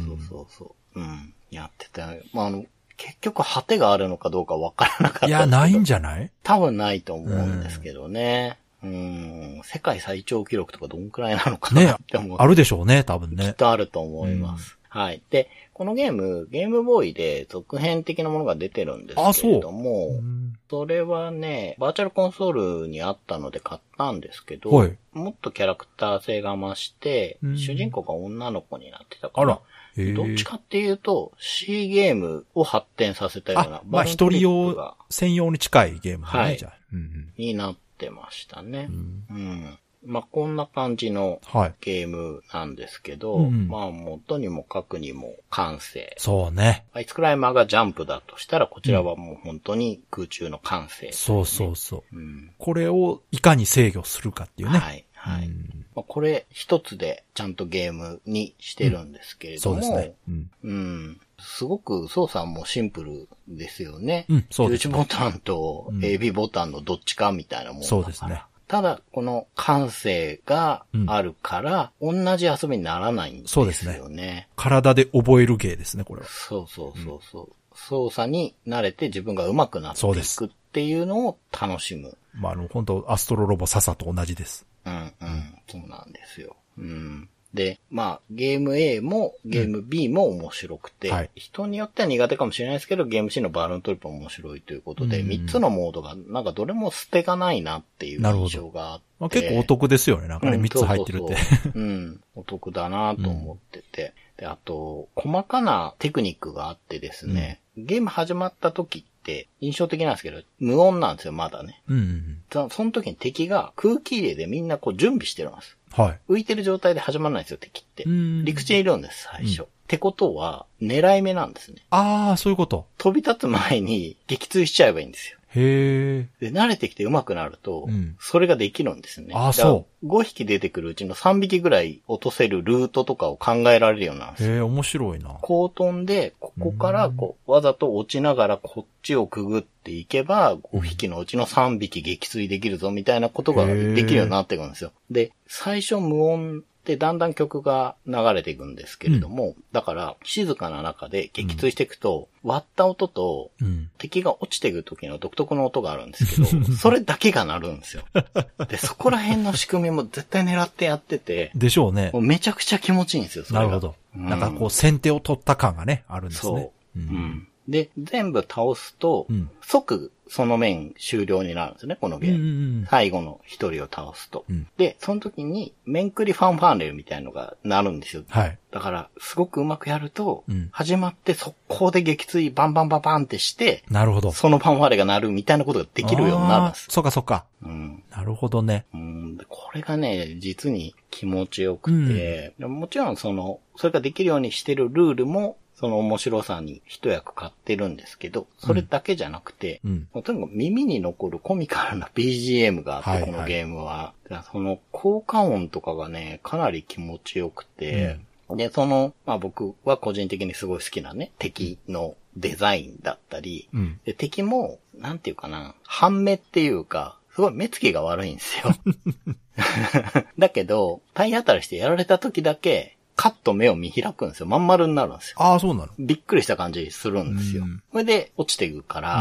やってた。結局果てがあるのかどうかわからなかった。 いや、ないんじゃない？ 多分ないと思うんですけどね。世界最長記録とかどんくらいなのかなって思う。 ね、あるでしょうね、多分ね。 きっとあると思います。はい。で、このゲームボーイで続編的なものが出てるんですけれども、それはね、バーチャルコンソールにあったので買ったんですけど、もっとキャラクター性が増して、主人公が女の子になってたから、どっちかっていうと C ゲームを発展させたような、 まあ一人用専用に近いゲームだね、 はい、じゃあ、になってましたね。まあ、こんな感じのゲームなんですけど、まあ、元にも書くにも感性。 そうね。 アイスクライマーがジャンプだとしたら、こちらはもう本当に空中の感性、ね。 そう。これをいかに制御するかっていうね。 はい。まあ、これ一つでちゃんとゲームにしてるんですけれども、 そうですね。すごく操作もシンプルですよね。 そうですね。 11ボタンと AB ボタンのどっちかみたいなもんだから。 そうですね。 ただ、この感性があるから、同じ遊びにならないんですよね。 そうですね。体で覚えるゲーですね、これは。 そう。操作に慣れて自分が上手くなっていくっていうのを楽しむ。 まあ、本当アストロロボ笹と同じです。 そうなんですよ。で、まあ、ゲーム A もゲーム B も面白くて、人によっては苦手かもしれないですけど、ゲーム C のバルーントリップも面白いということで、3つのモードが、なんかどれも捨てがないなっていう印象があって。 まあ、結構お得ですよね、なんかね、3つ入ってるって。 お得だなと思ってて。で、あと、細かなテクニックがあってですね、ゲーム始まった時って印象的なんですけど、無音なんですよ、まだね。その時に敵が空気入れでみんなこう準備してるんです。浮いてる状態で始まらないんですよ、敵って。陸地にいるんです、最初。ってことは、狙い目なんですね。 そういうこと。 飛び立つ前に撃墜しちゃえばいいんですよ。で、慣れてきて上手くなると、それができるんですね。 そう。 5匹出てくるうちの3匹ぐらい落とせるルートとかを考えられるようになるんですよ。 面白いな。 こう飛んで、ここからこう、わざと落ちながらこっちをくぐっていけば、5匹のうちの3匹撃墜できるぞみたいなことができるようになっていくんですよ。で、最初無音でだんだん曲が流れていくんですけれども、だから静かな中で撃墜していくと、割った音と、敵が落ちていく時の独特の音があるんですけど、それだけが鳴るんですよ。で、そこら辺の仕組みも絶対狙ってやってて。 でしょうね。 もうめちゃくちゃ気持ちいいんですよ、それが。 なるほど。なんかこう先手を取った感がね、あるんですね。 で、全部倒すと、即その面終了になるんですね、このゲーム。最後の一人を倒すと。で、その時に、面繰りファンファーレルみたいのがなるんですよ。だから、すごくうまくやると、始まって速攻で撃墜バンバンバンバンってして、 なるほど。 そのファンファーレルが鳴るみたいなことができるようになるんです。 そっか。なるほどね。 これがね、実に気持ちよくて、もちろんそれができるようにしてるルールも、その面白さに一役買ってるんですけど、それだけじゃなくて、とにかく耳に残るコミカルな BGM があって、このゲームは。その効果音とかがね、かなり気持ちよくて、で、まあ僕は個人的にすごい好きなね、敵のデザインだったり、で敵も、なんていうかな、半目っていうか、すごい目つきが悪いんですよ。だけど、体当たりしてやられた時だけ、カッと目を見開くんですよ。まん丸になるんですよ。 そうなの。 びっくりした感じするんですよ。それで落ちていくから、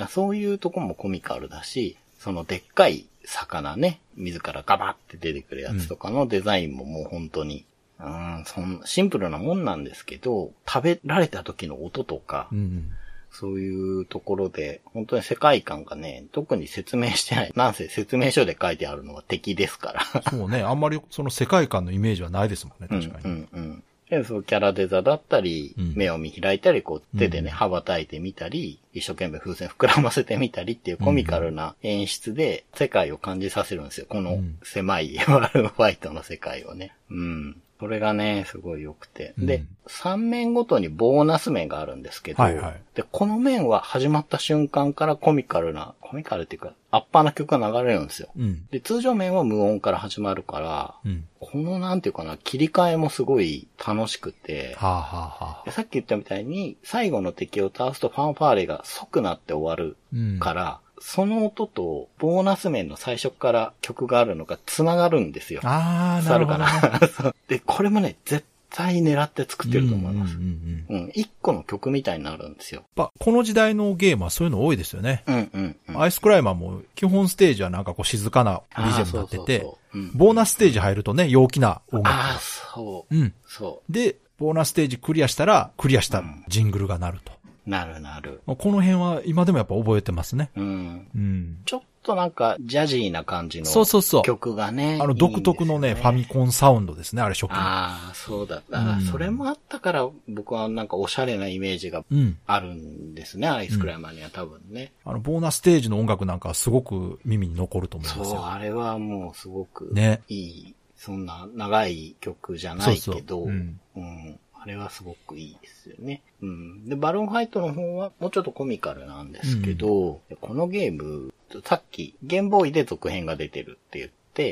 そういうとこもコミカルだし、そのでっかい魚ね、水からガバって出てくるやつとかのデザインももう本当に、シンプルなもんなんですけど、食べられた時の音とか、そういうところで、本当に世界観がね、特に説明してない。なんせ説明書で書いてあるのは敵ですから。 そうね、あんまりその世界観のイメージはないですもんね、確かに。 でそうキャラデザだったり、目を見開いたり、こう手でね、羽ばたいてみたり、一生懸命風船膨らませてみたりっていうコミカルな演出で世界を感じさせるんですよ。この狭いワールドファイトの世界をね。 それがね、すごい良くて。で、3面ごとにボーナス面があるんですけど、で、この面は始まった瞬間からコミカルっていうか、アッパーな曲が流れるんですよ。で、通常面は無音から始まるから、このなんていうかな、切り替えもすごい楽しくて、さっき言ったみたいに、最後の敵を倒すとファンファーレが即なって終わるから、その音とボーナス面の最初から曲があるのが繋がるんですよ。 なるほど、ね。 で、これもね、絶対狙って作ってると思います。一個の曲みたいになるんですよ。 この時代のゲームはそういうの多いですよね。アイスクライマーも基本ステージはなんかこう静かな BGM になってて、ボーナスステージ入るとね、陽気な音楽。 そう。 で、ボーナスステージクリアしたら、クリアしたジングルが鳴ると。 なる。 この辺は今でもやっぱ覚えてますね。 ちょっとなんかジャジーな感じの曲がね。 独特のね、ファミコンサウンドですね、あれ初期の。そうだった。それもあったから僕はなんかおしゃれなイメージがあるんですね、アイスクライマーには多分ね。 ボーナスステージの音楽なんかすごく耳に残ると思いますよ。 そう、あれはもうすごくいい、そんな長い曲じゃないけど、あれはすごくいいですよね。で、バルーンファイトの方はもうちょっとコミカルなんですけど、このゲーム、さっきゲームボーイで続編が出てるって言って、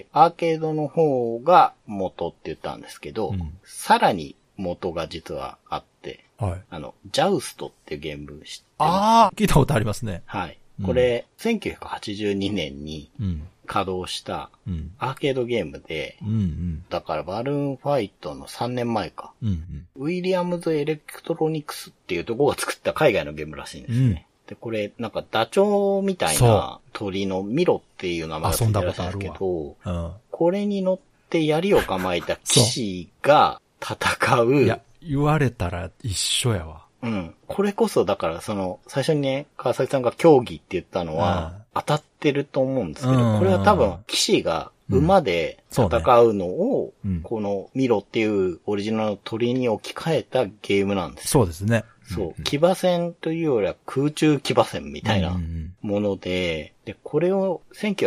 アーケードの方が元って言ったんですけど、さらに元が実はあって、ジャウストっていうゲーム知ってます？ 聞いたことありますね。 はい。これ、1982年に稼働したアーケードゲームで、だからバルーンファイトの3年前か、ウィリアムズ・エレクトロニクスっていうところが作った海外のゲームらしいんですね。で、これ、なんかダチョウみたいな鳥のミロっていう名前がついてるらしいんですけど、これに乗って槍を構えた騎士が戦う。 いや、言われたら一緒やわ。 これこそ、だから最初にね、川崎さんが競技って言ったのは、当たってると思うんですけど、これは多分、騎士が馬で戦うのを、このミロっていうオリジナルの鳥に置き換えたゲームなんですよ。 そうですね。 そう。騎馬戦というよりは空中騎馬戦みたいなもので、で、これを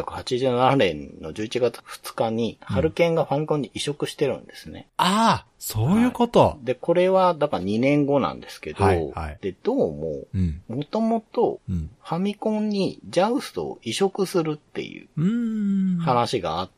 1987年の11月2日に、ハルケンがファミコンに移植してるんですね。 そういうこと。 で、これは、だから2年後なんですけど、で、どうも、もともと、ファミコンにジャウストを移植するっていう話があって、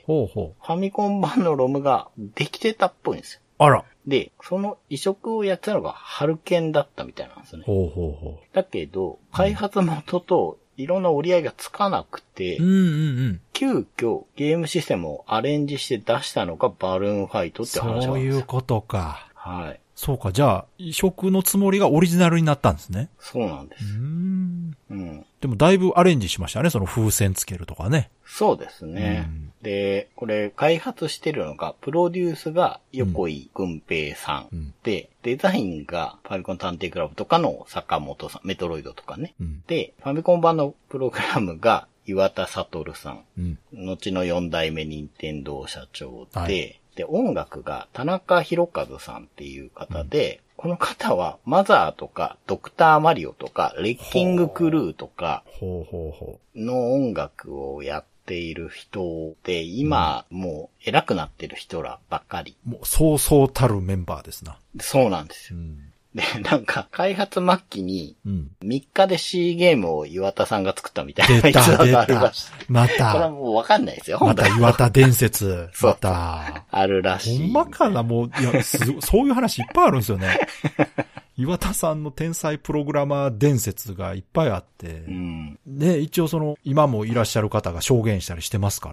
ファミコン版のロムができてたっぽいんですよ。で、その移植をやってたのがハルケンだったみたいなんですね。だけど、開発元といろんな折り合いがつかなくて、急遽ゲームシステムをアレンジして出したのがバルーンファイトって話なんですよ。 そういうことか。 はい。 そうか、じゃあ、移植のつもりがオリジナルになったんですね。 そうなんです。 でもだいぶアレンジしましたね、その風船つけるとかね。 そうですね。で、これ開発してるのが、プロデュースが横井軍平さん、で、デザインがファミコン探偵クラブとかの坂本さん、メトロイドとかね。で、ファミコン版のプログラムが岩田悟さん、後の4代目任天堂社長で、で、音楽が田中宏和さんっていう方で、この方はマザーとかドクターマリオとかレッキングクルーとかの音楽をやっている人で、今もう偉くなってる人らばっかり。 もうそうそうたるメンバーですな。 そうなんですよ。で、なんか、開発末期に、3日で C ゲームを岩田さんが作ったみたいな逸話がありました。 また。 これはもうわかんないですよ。 また岩田伝説。また。 あるらしい。 ほんまかな、もう、いや、そういう話いっぱいあるんですよね。岩田さんの天才プログラマー伝説がいっぱいあって、ね、一応今もいらっしゃる方が証言したりしてますから、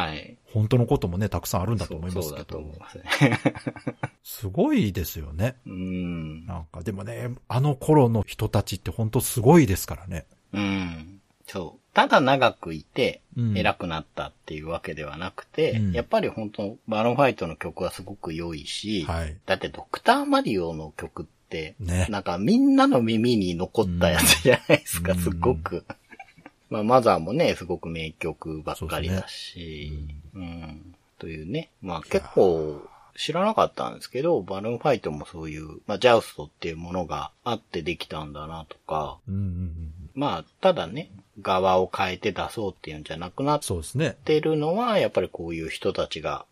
本当のこともね、たくさんあるんだと思いますけど。そうだと思いますね。すごいですよね。なんか、でもね、あの頃の人たちって本当すごいですからね。 そう。ただ長くいて、偉くなったっていうわけではなくて、やっぱり本当バロンファイトの曲はすごく良いし、だってドクターマリオの曲って、なんかみんなの耳に残ったやつじゃないですか、すごく。まあ、マザーもね、すごく名曲ばっかりだし、というね。まあ結構知らなかったんですけど、バルーンファイトもそういう、まあジャウストっていうものがあってできたんだなとか、まあただね、側を変えて出そうっていうんじゃなくなってるのは、やっぱりこういう人たちが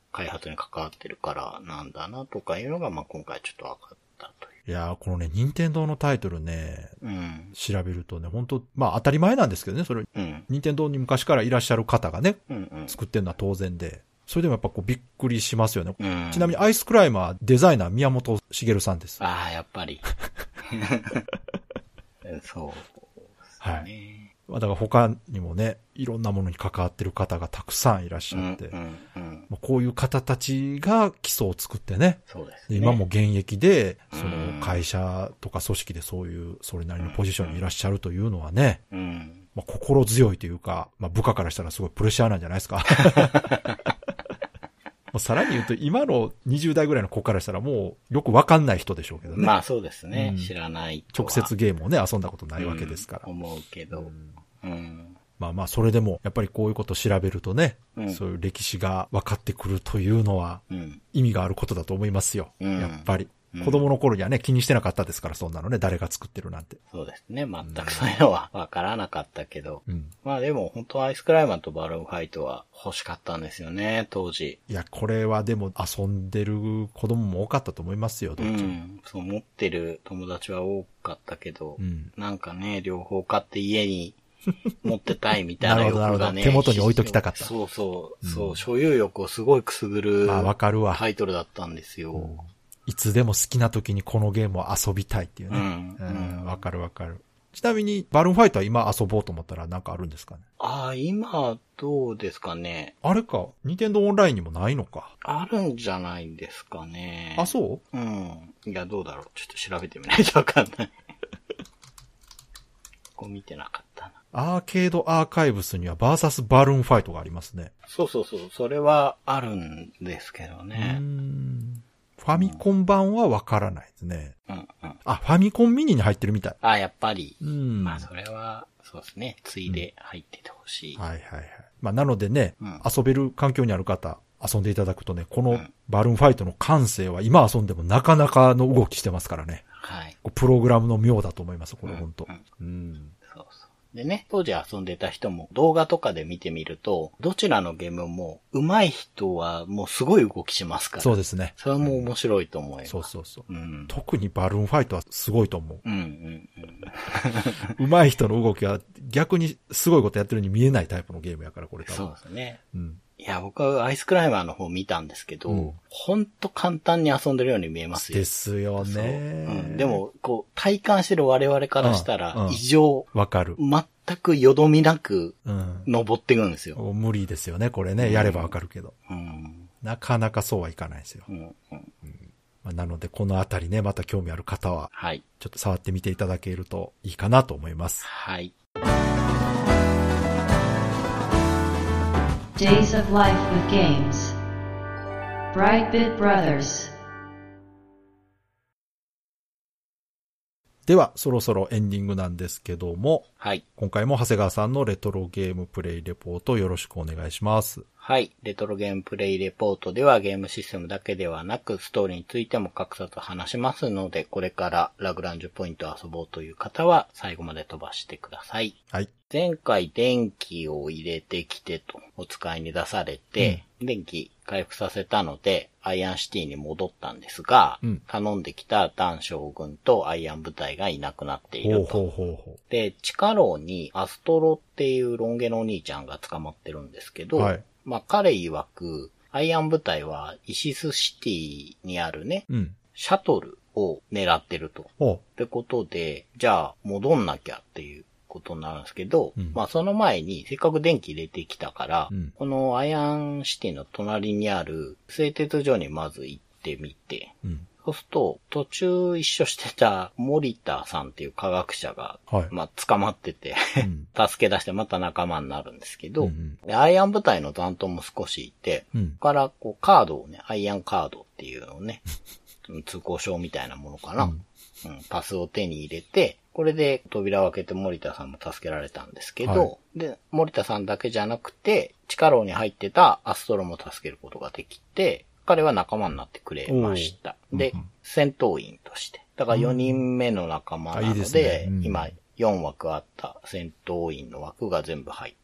開発に関わってるからなんだなとかいうのが、まあ今回ちょっと分かったという。 いやー、このね、任天堂のタイトルね、調べるとね、本当まあ当たり前なんですけどね、それ、任天堂に昔からいらっしゃる方がね、作ってるのは当然で、それでもやっぱこうびっくりしますよね。ちなみにアイスクライマーデザイナー宮本茂さんです。 ああ、やっぱり。そうですね。はい。 だから他にもね、いろんなものに関わってる方がたくさんいらっしゃって、こういう方たちが基礎を作ってね、 そうですね。 今も現役で、その会社とか組織でそういう、それなりのポジションにいらっしゃるというのはね、まあ、心強いというか、まあ、部下からしたらすごいプレッシャーなんじゃないですか。さらに言うと、今の20代ぐらいの子からしたらもうよくわかんない人でしょうけどね。 まあそうですね。知らない。 直接ゲームをね、遊んだことないわけですから。 思うけど。 まあまあ、それでも、やっぱりこういうことを調べるとね、そういう歴史が分かってくるというのは、意味があることだと思いますよ。やっぱり。子供の頃にはね、気にしてなかったですから、そんなのね、誰が作ってるなんて。 そうですね。全くそういうのは分からなかったけど。まあでも、本当アイスクライマーとバルーンファイトは欲しかったんですよね、当時。 いや、これはでも遊んでる子供も多かったと思いますよ、どっちも。 そう思ってる友達は多かったけど、なんかね、両方買って家に持ってたいみたいな欲がね。 手元に置いときたかった。 そうそう。そう、所有欲をすごいくすぐるタイトルだったんですよ。 いつでも好きな時にこのゲームを遊びたいっていうね。わかるわかる。ちなみに、バルーンファイター今遊ぼうと思ったらなんかあるんですかね？ 今、どうですかね。 あれか、ニンテンドーオンラインにもないのか。 あるんじゃないですかね。 あ、そう？ いや、どうだろう。ちょっと調べてみないとわかんない。ここ見てなかったな。 アーケードアーカイブスにはバーサスバルーンファイトがありますね。 そう。それはあるんですけどね。 ファミコン版はわからないですね。ファミコンミニに入ってるみたい。 やっぱり。まあ、それは、そうですね。ついで入っててほしい。 まあ、なのでね、遊べる環境にある方、遊んでいただくとね、このバルーンファイトの感性は今遊んでもなかなかの動きしてますからね。プログラムの妙だと思います、これ本当。 でね、当時遊んでた人も動画とかで見てみると、どちらのゲームも上手い人はもうすごい動きしますから。 そうですね。 それも面白いと思います。 そう。特にバルーンファイトはすごいと思う。上手い人の動きは逆にすごいことやってるように見えないタイプのゲームやから、これ多分。 そうですね。いや、僕はアイスクライマーの方見たんですけど、ほんと簡単に遊んでるように見えますよ。 ですよね。 でも、こう、体感してる我々からしたら、異常。 わかる。 全くよどみなく、登っていくんですよ。 無理ですよね、これね。やればわかるけど。なかなかそうはいかないですよ。なので、このあたりね、また興味ある方は、ちょっと触ってみていただけるといいかなと思います。 Days of Life with Games Brightbit Brothers。 ではそろそろエンディングなんですけども、今回も長谷川さんのレトロゲームプレイレポートよろしくお願いします。 レトロゲームプレイレポートではゲームシステムだけではなくストーリーについても各々話しますので、これからラグランジュポイントを遊ぼうという方は最後まで飛ばしてください。前回電気を入れてきてとお使いに出されて、電気回復させたのでアイアンシティに戻ったんですが、頼んできたダン将軍とアイアン部隊がいなくなっていると。で、地下牢にアストロっていうロン毛のお兄ちゃんが捕まってるんですけど、まあ彼曰くアイアン部隊はイシスシティにあるね、シャトルを狙ってると。ってことで、じゃあ戻んなきゃっていうことになるんですけど、まあその前にせっかく電気入れてきたから、このアイアンシティの隣にある製鉄所にまず行ってみて、そうすると途中一緒してた森田さんっていう科学者が、まあ捕まってて助け出してまた仲間になるんですけど、でアイアン部隊の残党も少しいて、そこからこうカードをね、アイアンカードっていうのをね、通行証みたいなものかな、パスを手に入れて、これで扉を開けて森田さんも助けられたんですけど、で、森田さんだけじゃなくて、地下牢に入ってたアストロも助けることができて、彼は仲間になってくれました。で、戦闘員として。だから4人目の仲間なので、今4枠あった戦闘員の枠が全部入ったって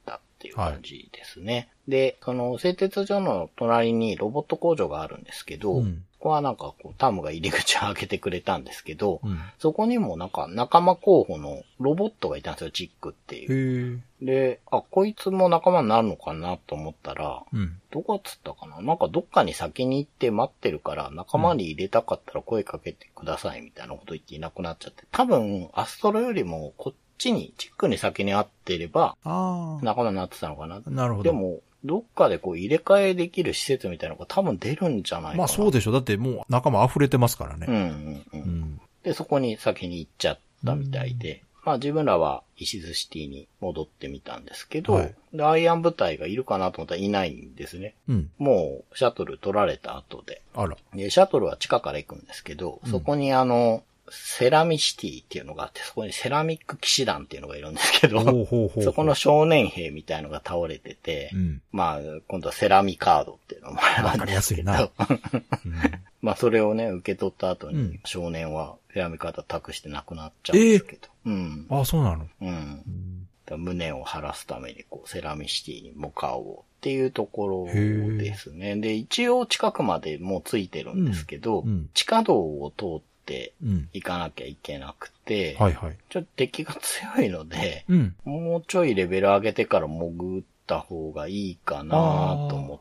っていう感じですね。で、その製鉄所の隣にロボット工場があるんですけど、ここはなんかこうタムが入り口を開けてくれたんですけど、そこにもなんか仲間候補のロボットがいたんですよ、チックっていう。で、こいつも仲間になるのかなと思ったら、どこっつったかな、なんかどっかに先に行って待ってるから仲間に入れたかったら声かけてくださいみたいなこと言っていなくなっちゃって、多分アストロよりもこっちに、チックに先に会ってれば、仲間になってたのかな。 なるほど。 でも、どっかでこう入れ替えできる施設みたいなのが多分出るんじゃないかな。 まあそうでしょ。だってもう仲間溢れてますからね。 で、そこに先に行っちゃったみたいで、まあ自分らはイシズシティに戻ってみたんですけど、で、アイアン部隊がいるかなと思ったらいないんですね。もうシャトル取られた後で。で、シャトルは地下から行くんですけど、そこにセラミシティっていうのがあって、そこにセラミック騎士団っていうのがいるんですけど、そこの少年兵みたいのが倒れてて、まあ、今度はセラミカードっていうのもあるんですけど、まあ、それをね、受け取った後に、少年はセラミカード託して亡くなっちゃうんですけど。 そうなの？ 無念を晴らすために、こう、セラミシティに向かおうっていうところですね。で、一応近くまでもうついてるんですけど、地下道を通って行かなきゃいけなくて、ちょっと敵が強いので、もうちょいレベル上げてから潜った方がいいかなと思って、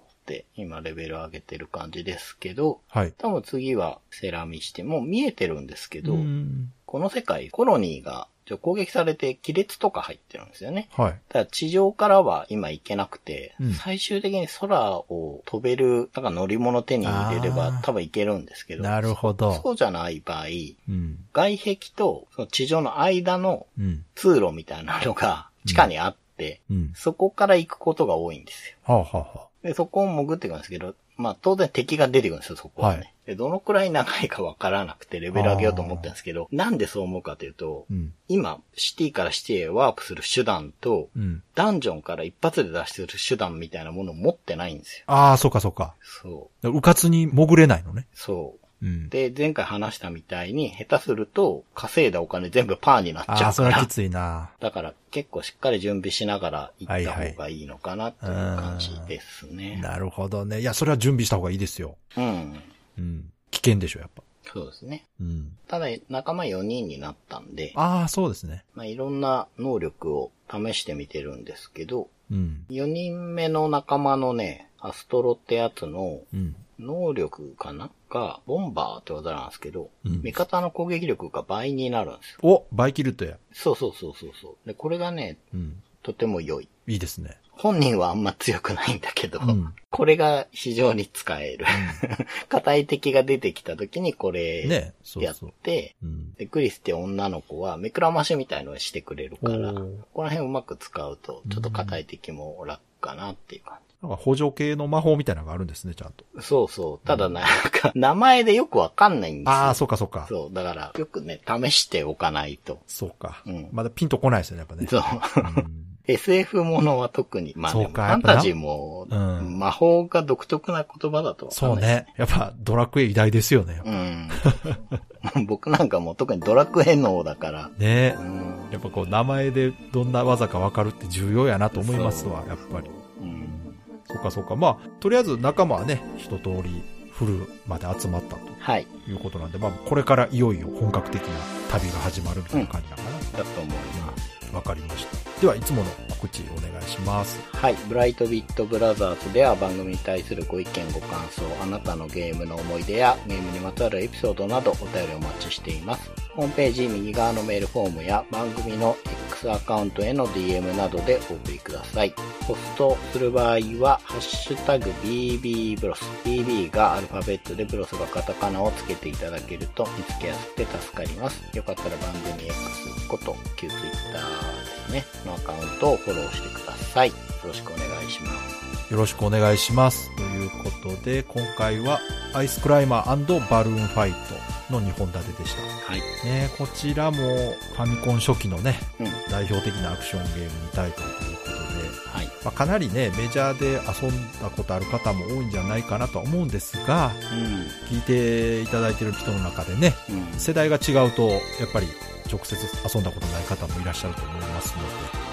今レベル上げてる感じですけど、多分次はセラミしてもう見えてるんですけど、この世界コロニーが攻撃されて亀裂とか入ってるんですよね。ただ地上からは今行けなくて、最終的に空を飛べるなんか乗り物手に入れれば多分行けるんですけど、 なるほど。 そうじゃない場合、外壁とその地上の間の通路みたいなのが地下にあって、そこから行くことが多いんですよ。で、そこを潜っていくんですけど、まあ当然敵が出てくるんですよ、そこはね。で、どのくらい長いかわからなくてレベル上げようと思ったんですけど、なんでそう思うかというと、今、シティからシティへワープする手段と、ダンジョンから一発で脱出する手段みたいなものを持ってないんですよ。 そうかそうか。 そう。 うかつに潜れないのね。 そう。で、前回話したみたいに、下手すると、稼いだお金全部パーになっちゃうから。 それはきついな。 だから、結構しっかり準備しながら行った方がいいのかなっていう感じですね。 なるほどね。いや、それは準備した方がいいですよ。危険でしょ、やっぱ。 そうですね。ただ、仲間4人になったんで。 そうですね。 まあ、いろんな能力を試してみてるんですけど、4人目の仲間のね、アストロってやつの、能力かなが、ボンバーって技なんですけど、味方の攻撃力が倍になるんですよ。 バイキルトや。 そう。で、これがね、とても良い。 いいですね。 本人はあんま強くないんだけど、これが非常に使える。硬い敵が出てきた時にこれやって、で、クリスって女の子は目くらましみたいのをしてくれるから、ここら辺うまく使うと、ちょっと硬い敵も楽かなっていう感じ。 なんか補助系の魔法みたいなのがあるんですね、ちゃんと。 そう。ただなんか、名前でよくわかんないんですよ。 そうか。 そう。だから、よくね、試しておかないと。 そうか。まだピンとこないですよね、やっぱね。 そう。SF ものは特に、まあでもファンタジーも、魔法が独特な言葉だとわかんない。 そうね。やっぱドラクエ偉大ですよね。 僕なんかもう特にドラクエ脳だから。 ね。やっぱこう名前でどんな技かわかるって重要やなと思いますわ、やっぱり。そうか。まあ、とりあえず仲間はね、一通りフルまで集まったということなんで、まあ、これからいよいよ本格的な旅が始まるみたいな感じなのかな。 だと思います。 わかりました。では、いつもの告知お願いします。 はい。ブライトビットブラザーズでは番組に対するご意見ご感想、あなたのゲームの思い出やゲームにまつわるエピソードなどお便りお待ちしています。ホームページ右側のメールフォームや番組の X アカウントへの DM などでお送りください。ポストする場合は、ハッシュタグ BB ブロス。BB がアルファベットでブロスがカタカナをつけていただけると見つけやすくて助かります。よかったら番組 X こと旧 Twitter ですね。のアカウントをフォローしてください。よろしくお願いします。 よろしくお願いします。ということで、今回はアイスクライマー&バルーンファイトの2本立てでした。 はい。 ね、こちらもファミコン初期のね、代表的なアクションゲームにタイトルということで、 はい。 まあ、かなりね、メジャーで遊んだことある方も多いんじゃないかなとは思うんですが、聞いていただいている人の中でね、世代が違うと、やっぱり直接遊んだことない方もいらっしゃると思いますので、 はい。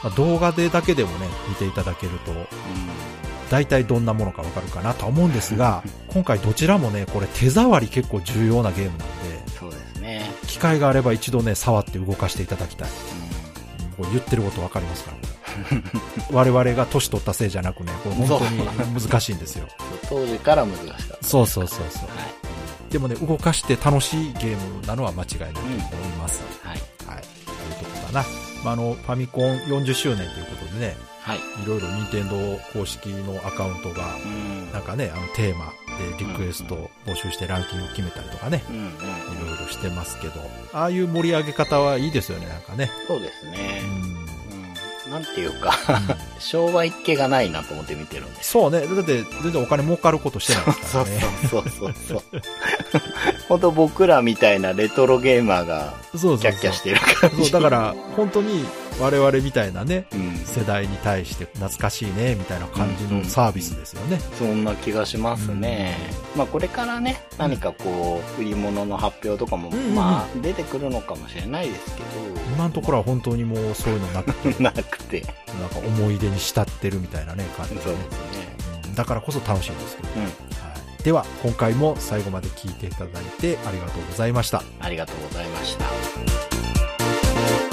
動画でだけでもね、見ていただけると、大体どんなものかわかるかなとは思うんですが、今回どちらもね、これ手触り結構重要なゲームなんで、 そうですね。機会があれば一度ね、触って動かしていただきたい。これ言ってることわかりますから、我々が年取ったせいじゃなくね、これ本当に難しいんですよ。 当時から難しかった。 そう。はい、でもね、動かして楽しいゲームなのは間違いないと思います。はい。はい。ということだな。ファミコン40周年ということでね、はい。いろいろ任天堂公式のアカウントが、なんかね、テーマでリクエストを募集してランキング決めたりとかね、いろいろしてますけど、ああいう盛り上げ方はいいですよね、なんかね。 そうですね。なんていうか、商売っ気がないなと思って見てるんです。 そうね。だって全然お金儲かることしてないですからね。 そう。本当僕らみたいなレトロゲーマーがキャッキャしてる感じ。 そうだから本当に我々みたいなね、世代に対して懐かしいねみたいな感じのサービスですよね。 そんな気がしますね。まあこれからね、何かこう売り物の発表とかもまあ出てくるのかもしれないですけど、 今のところは本当にもうそういうのなくてなくて、 なんか思い出に浸ってるみたいなね感じで、ね。そうですね。だからこそ楽しいんですけど。はい、では今回も最後まで聞いていただいてありがとうございました。 ありがとうございました。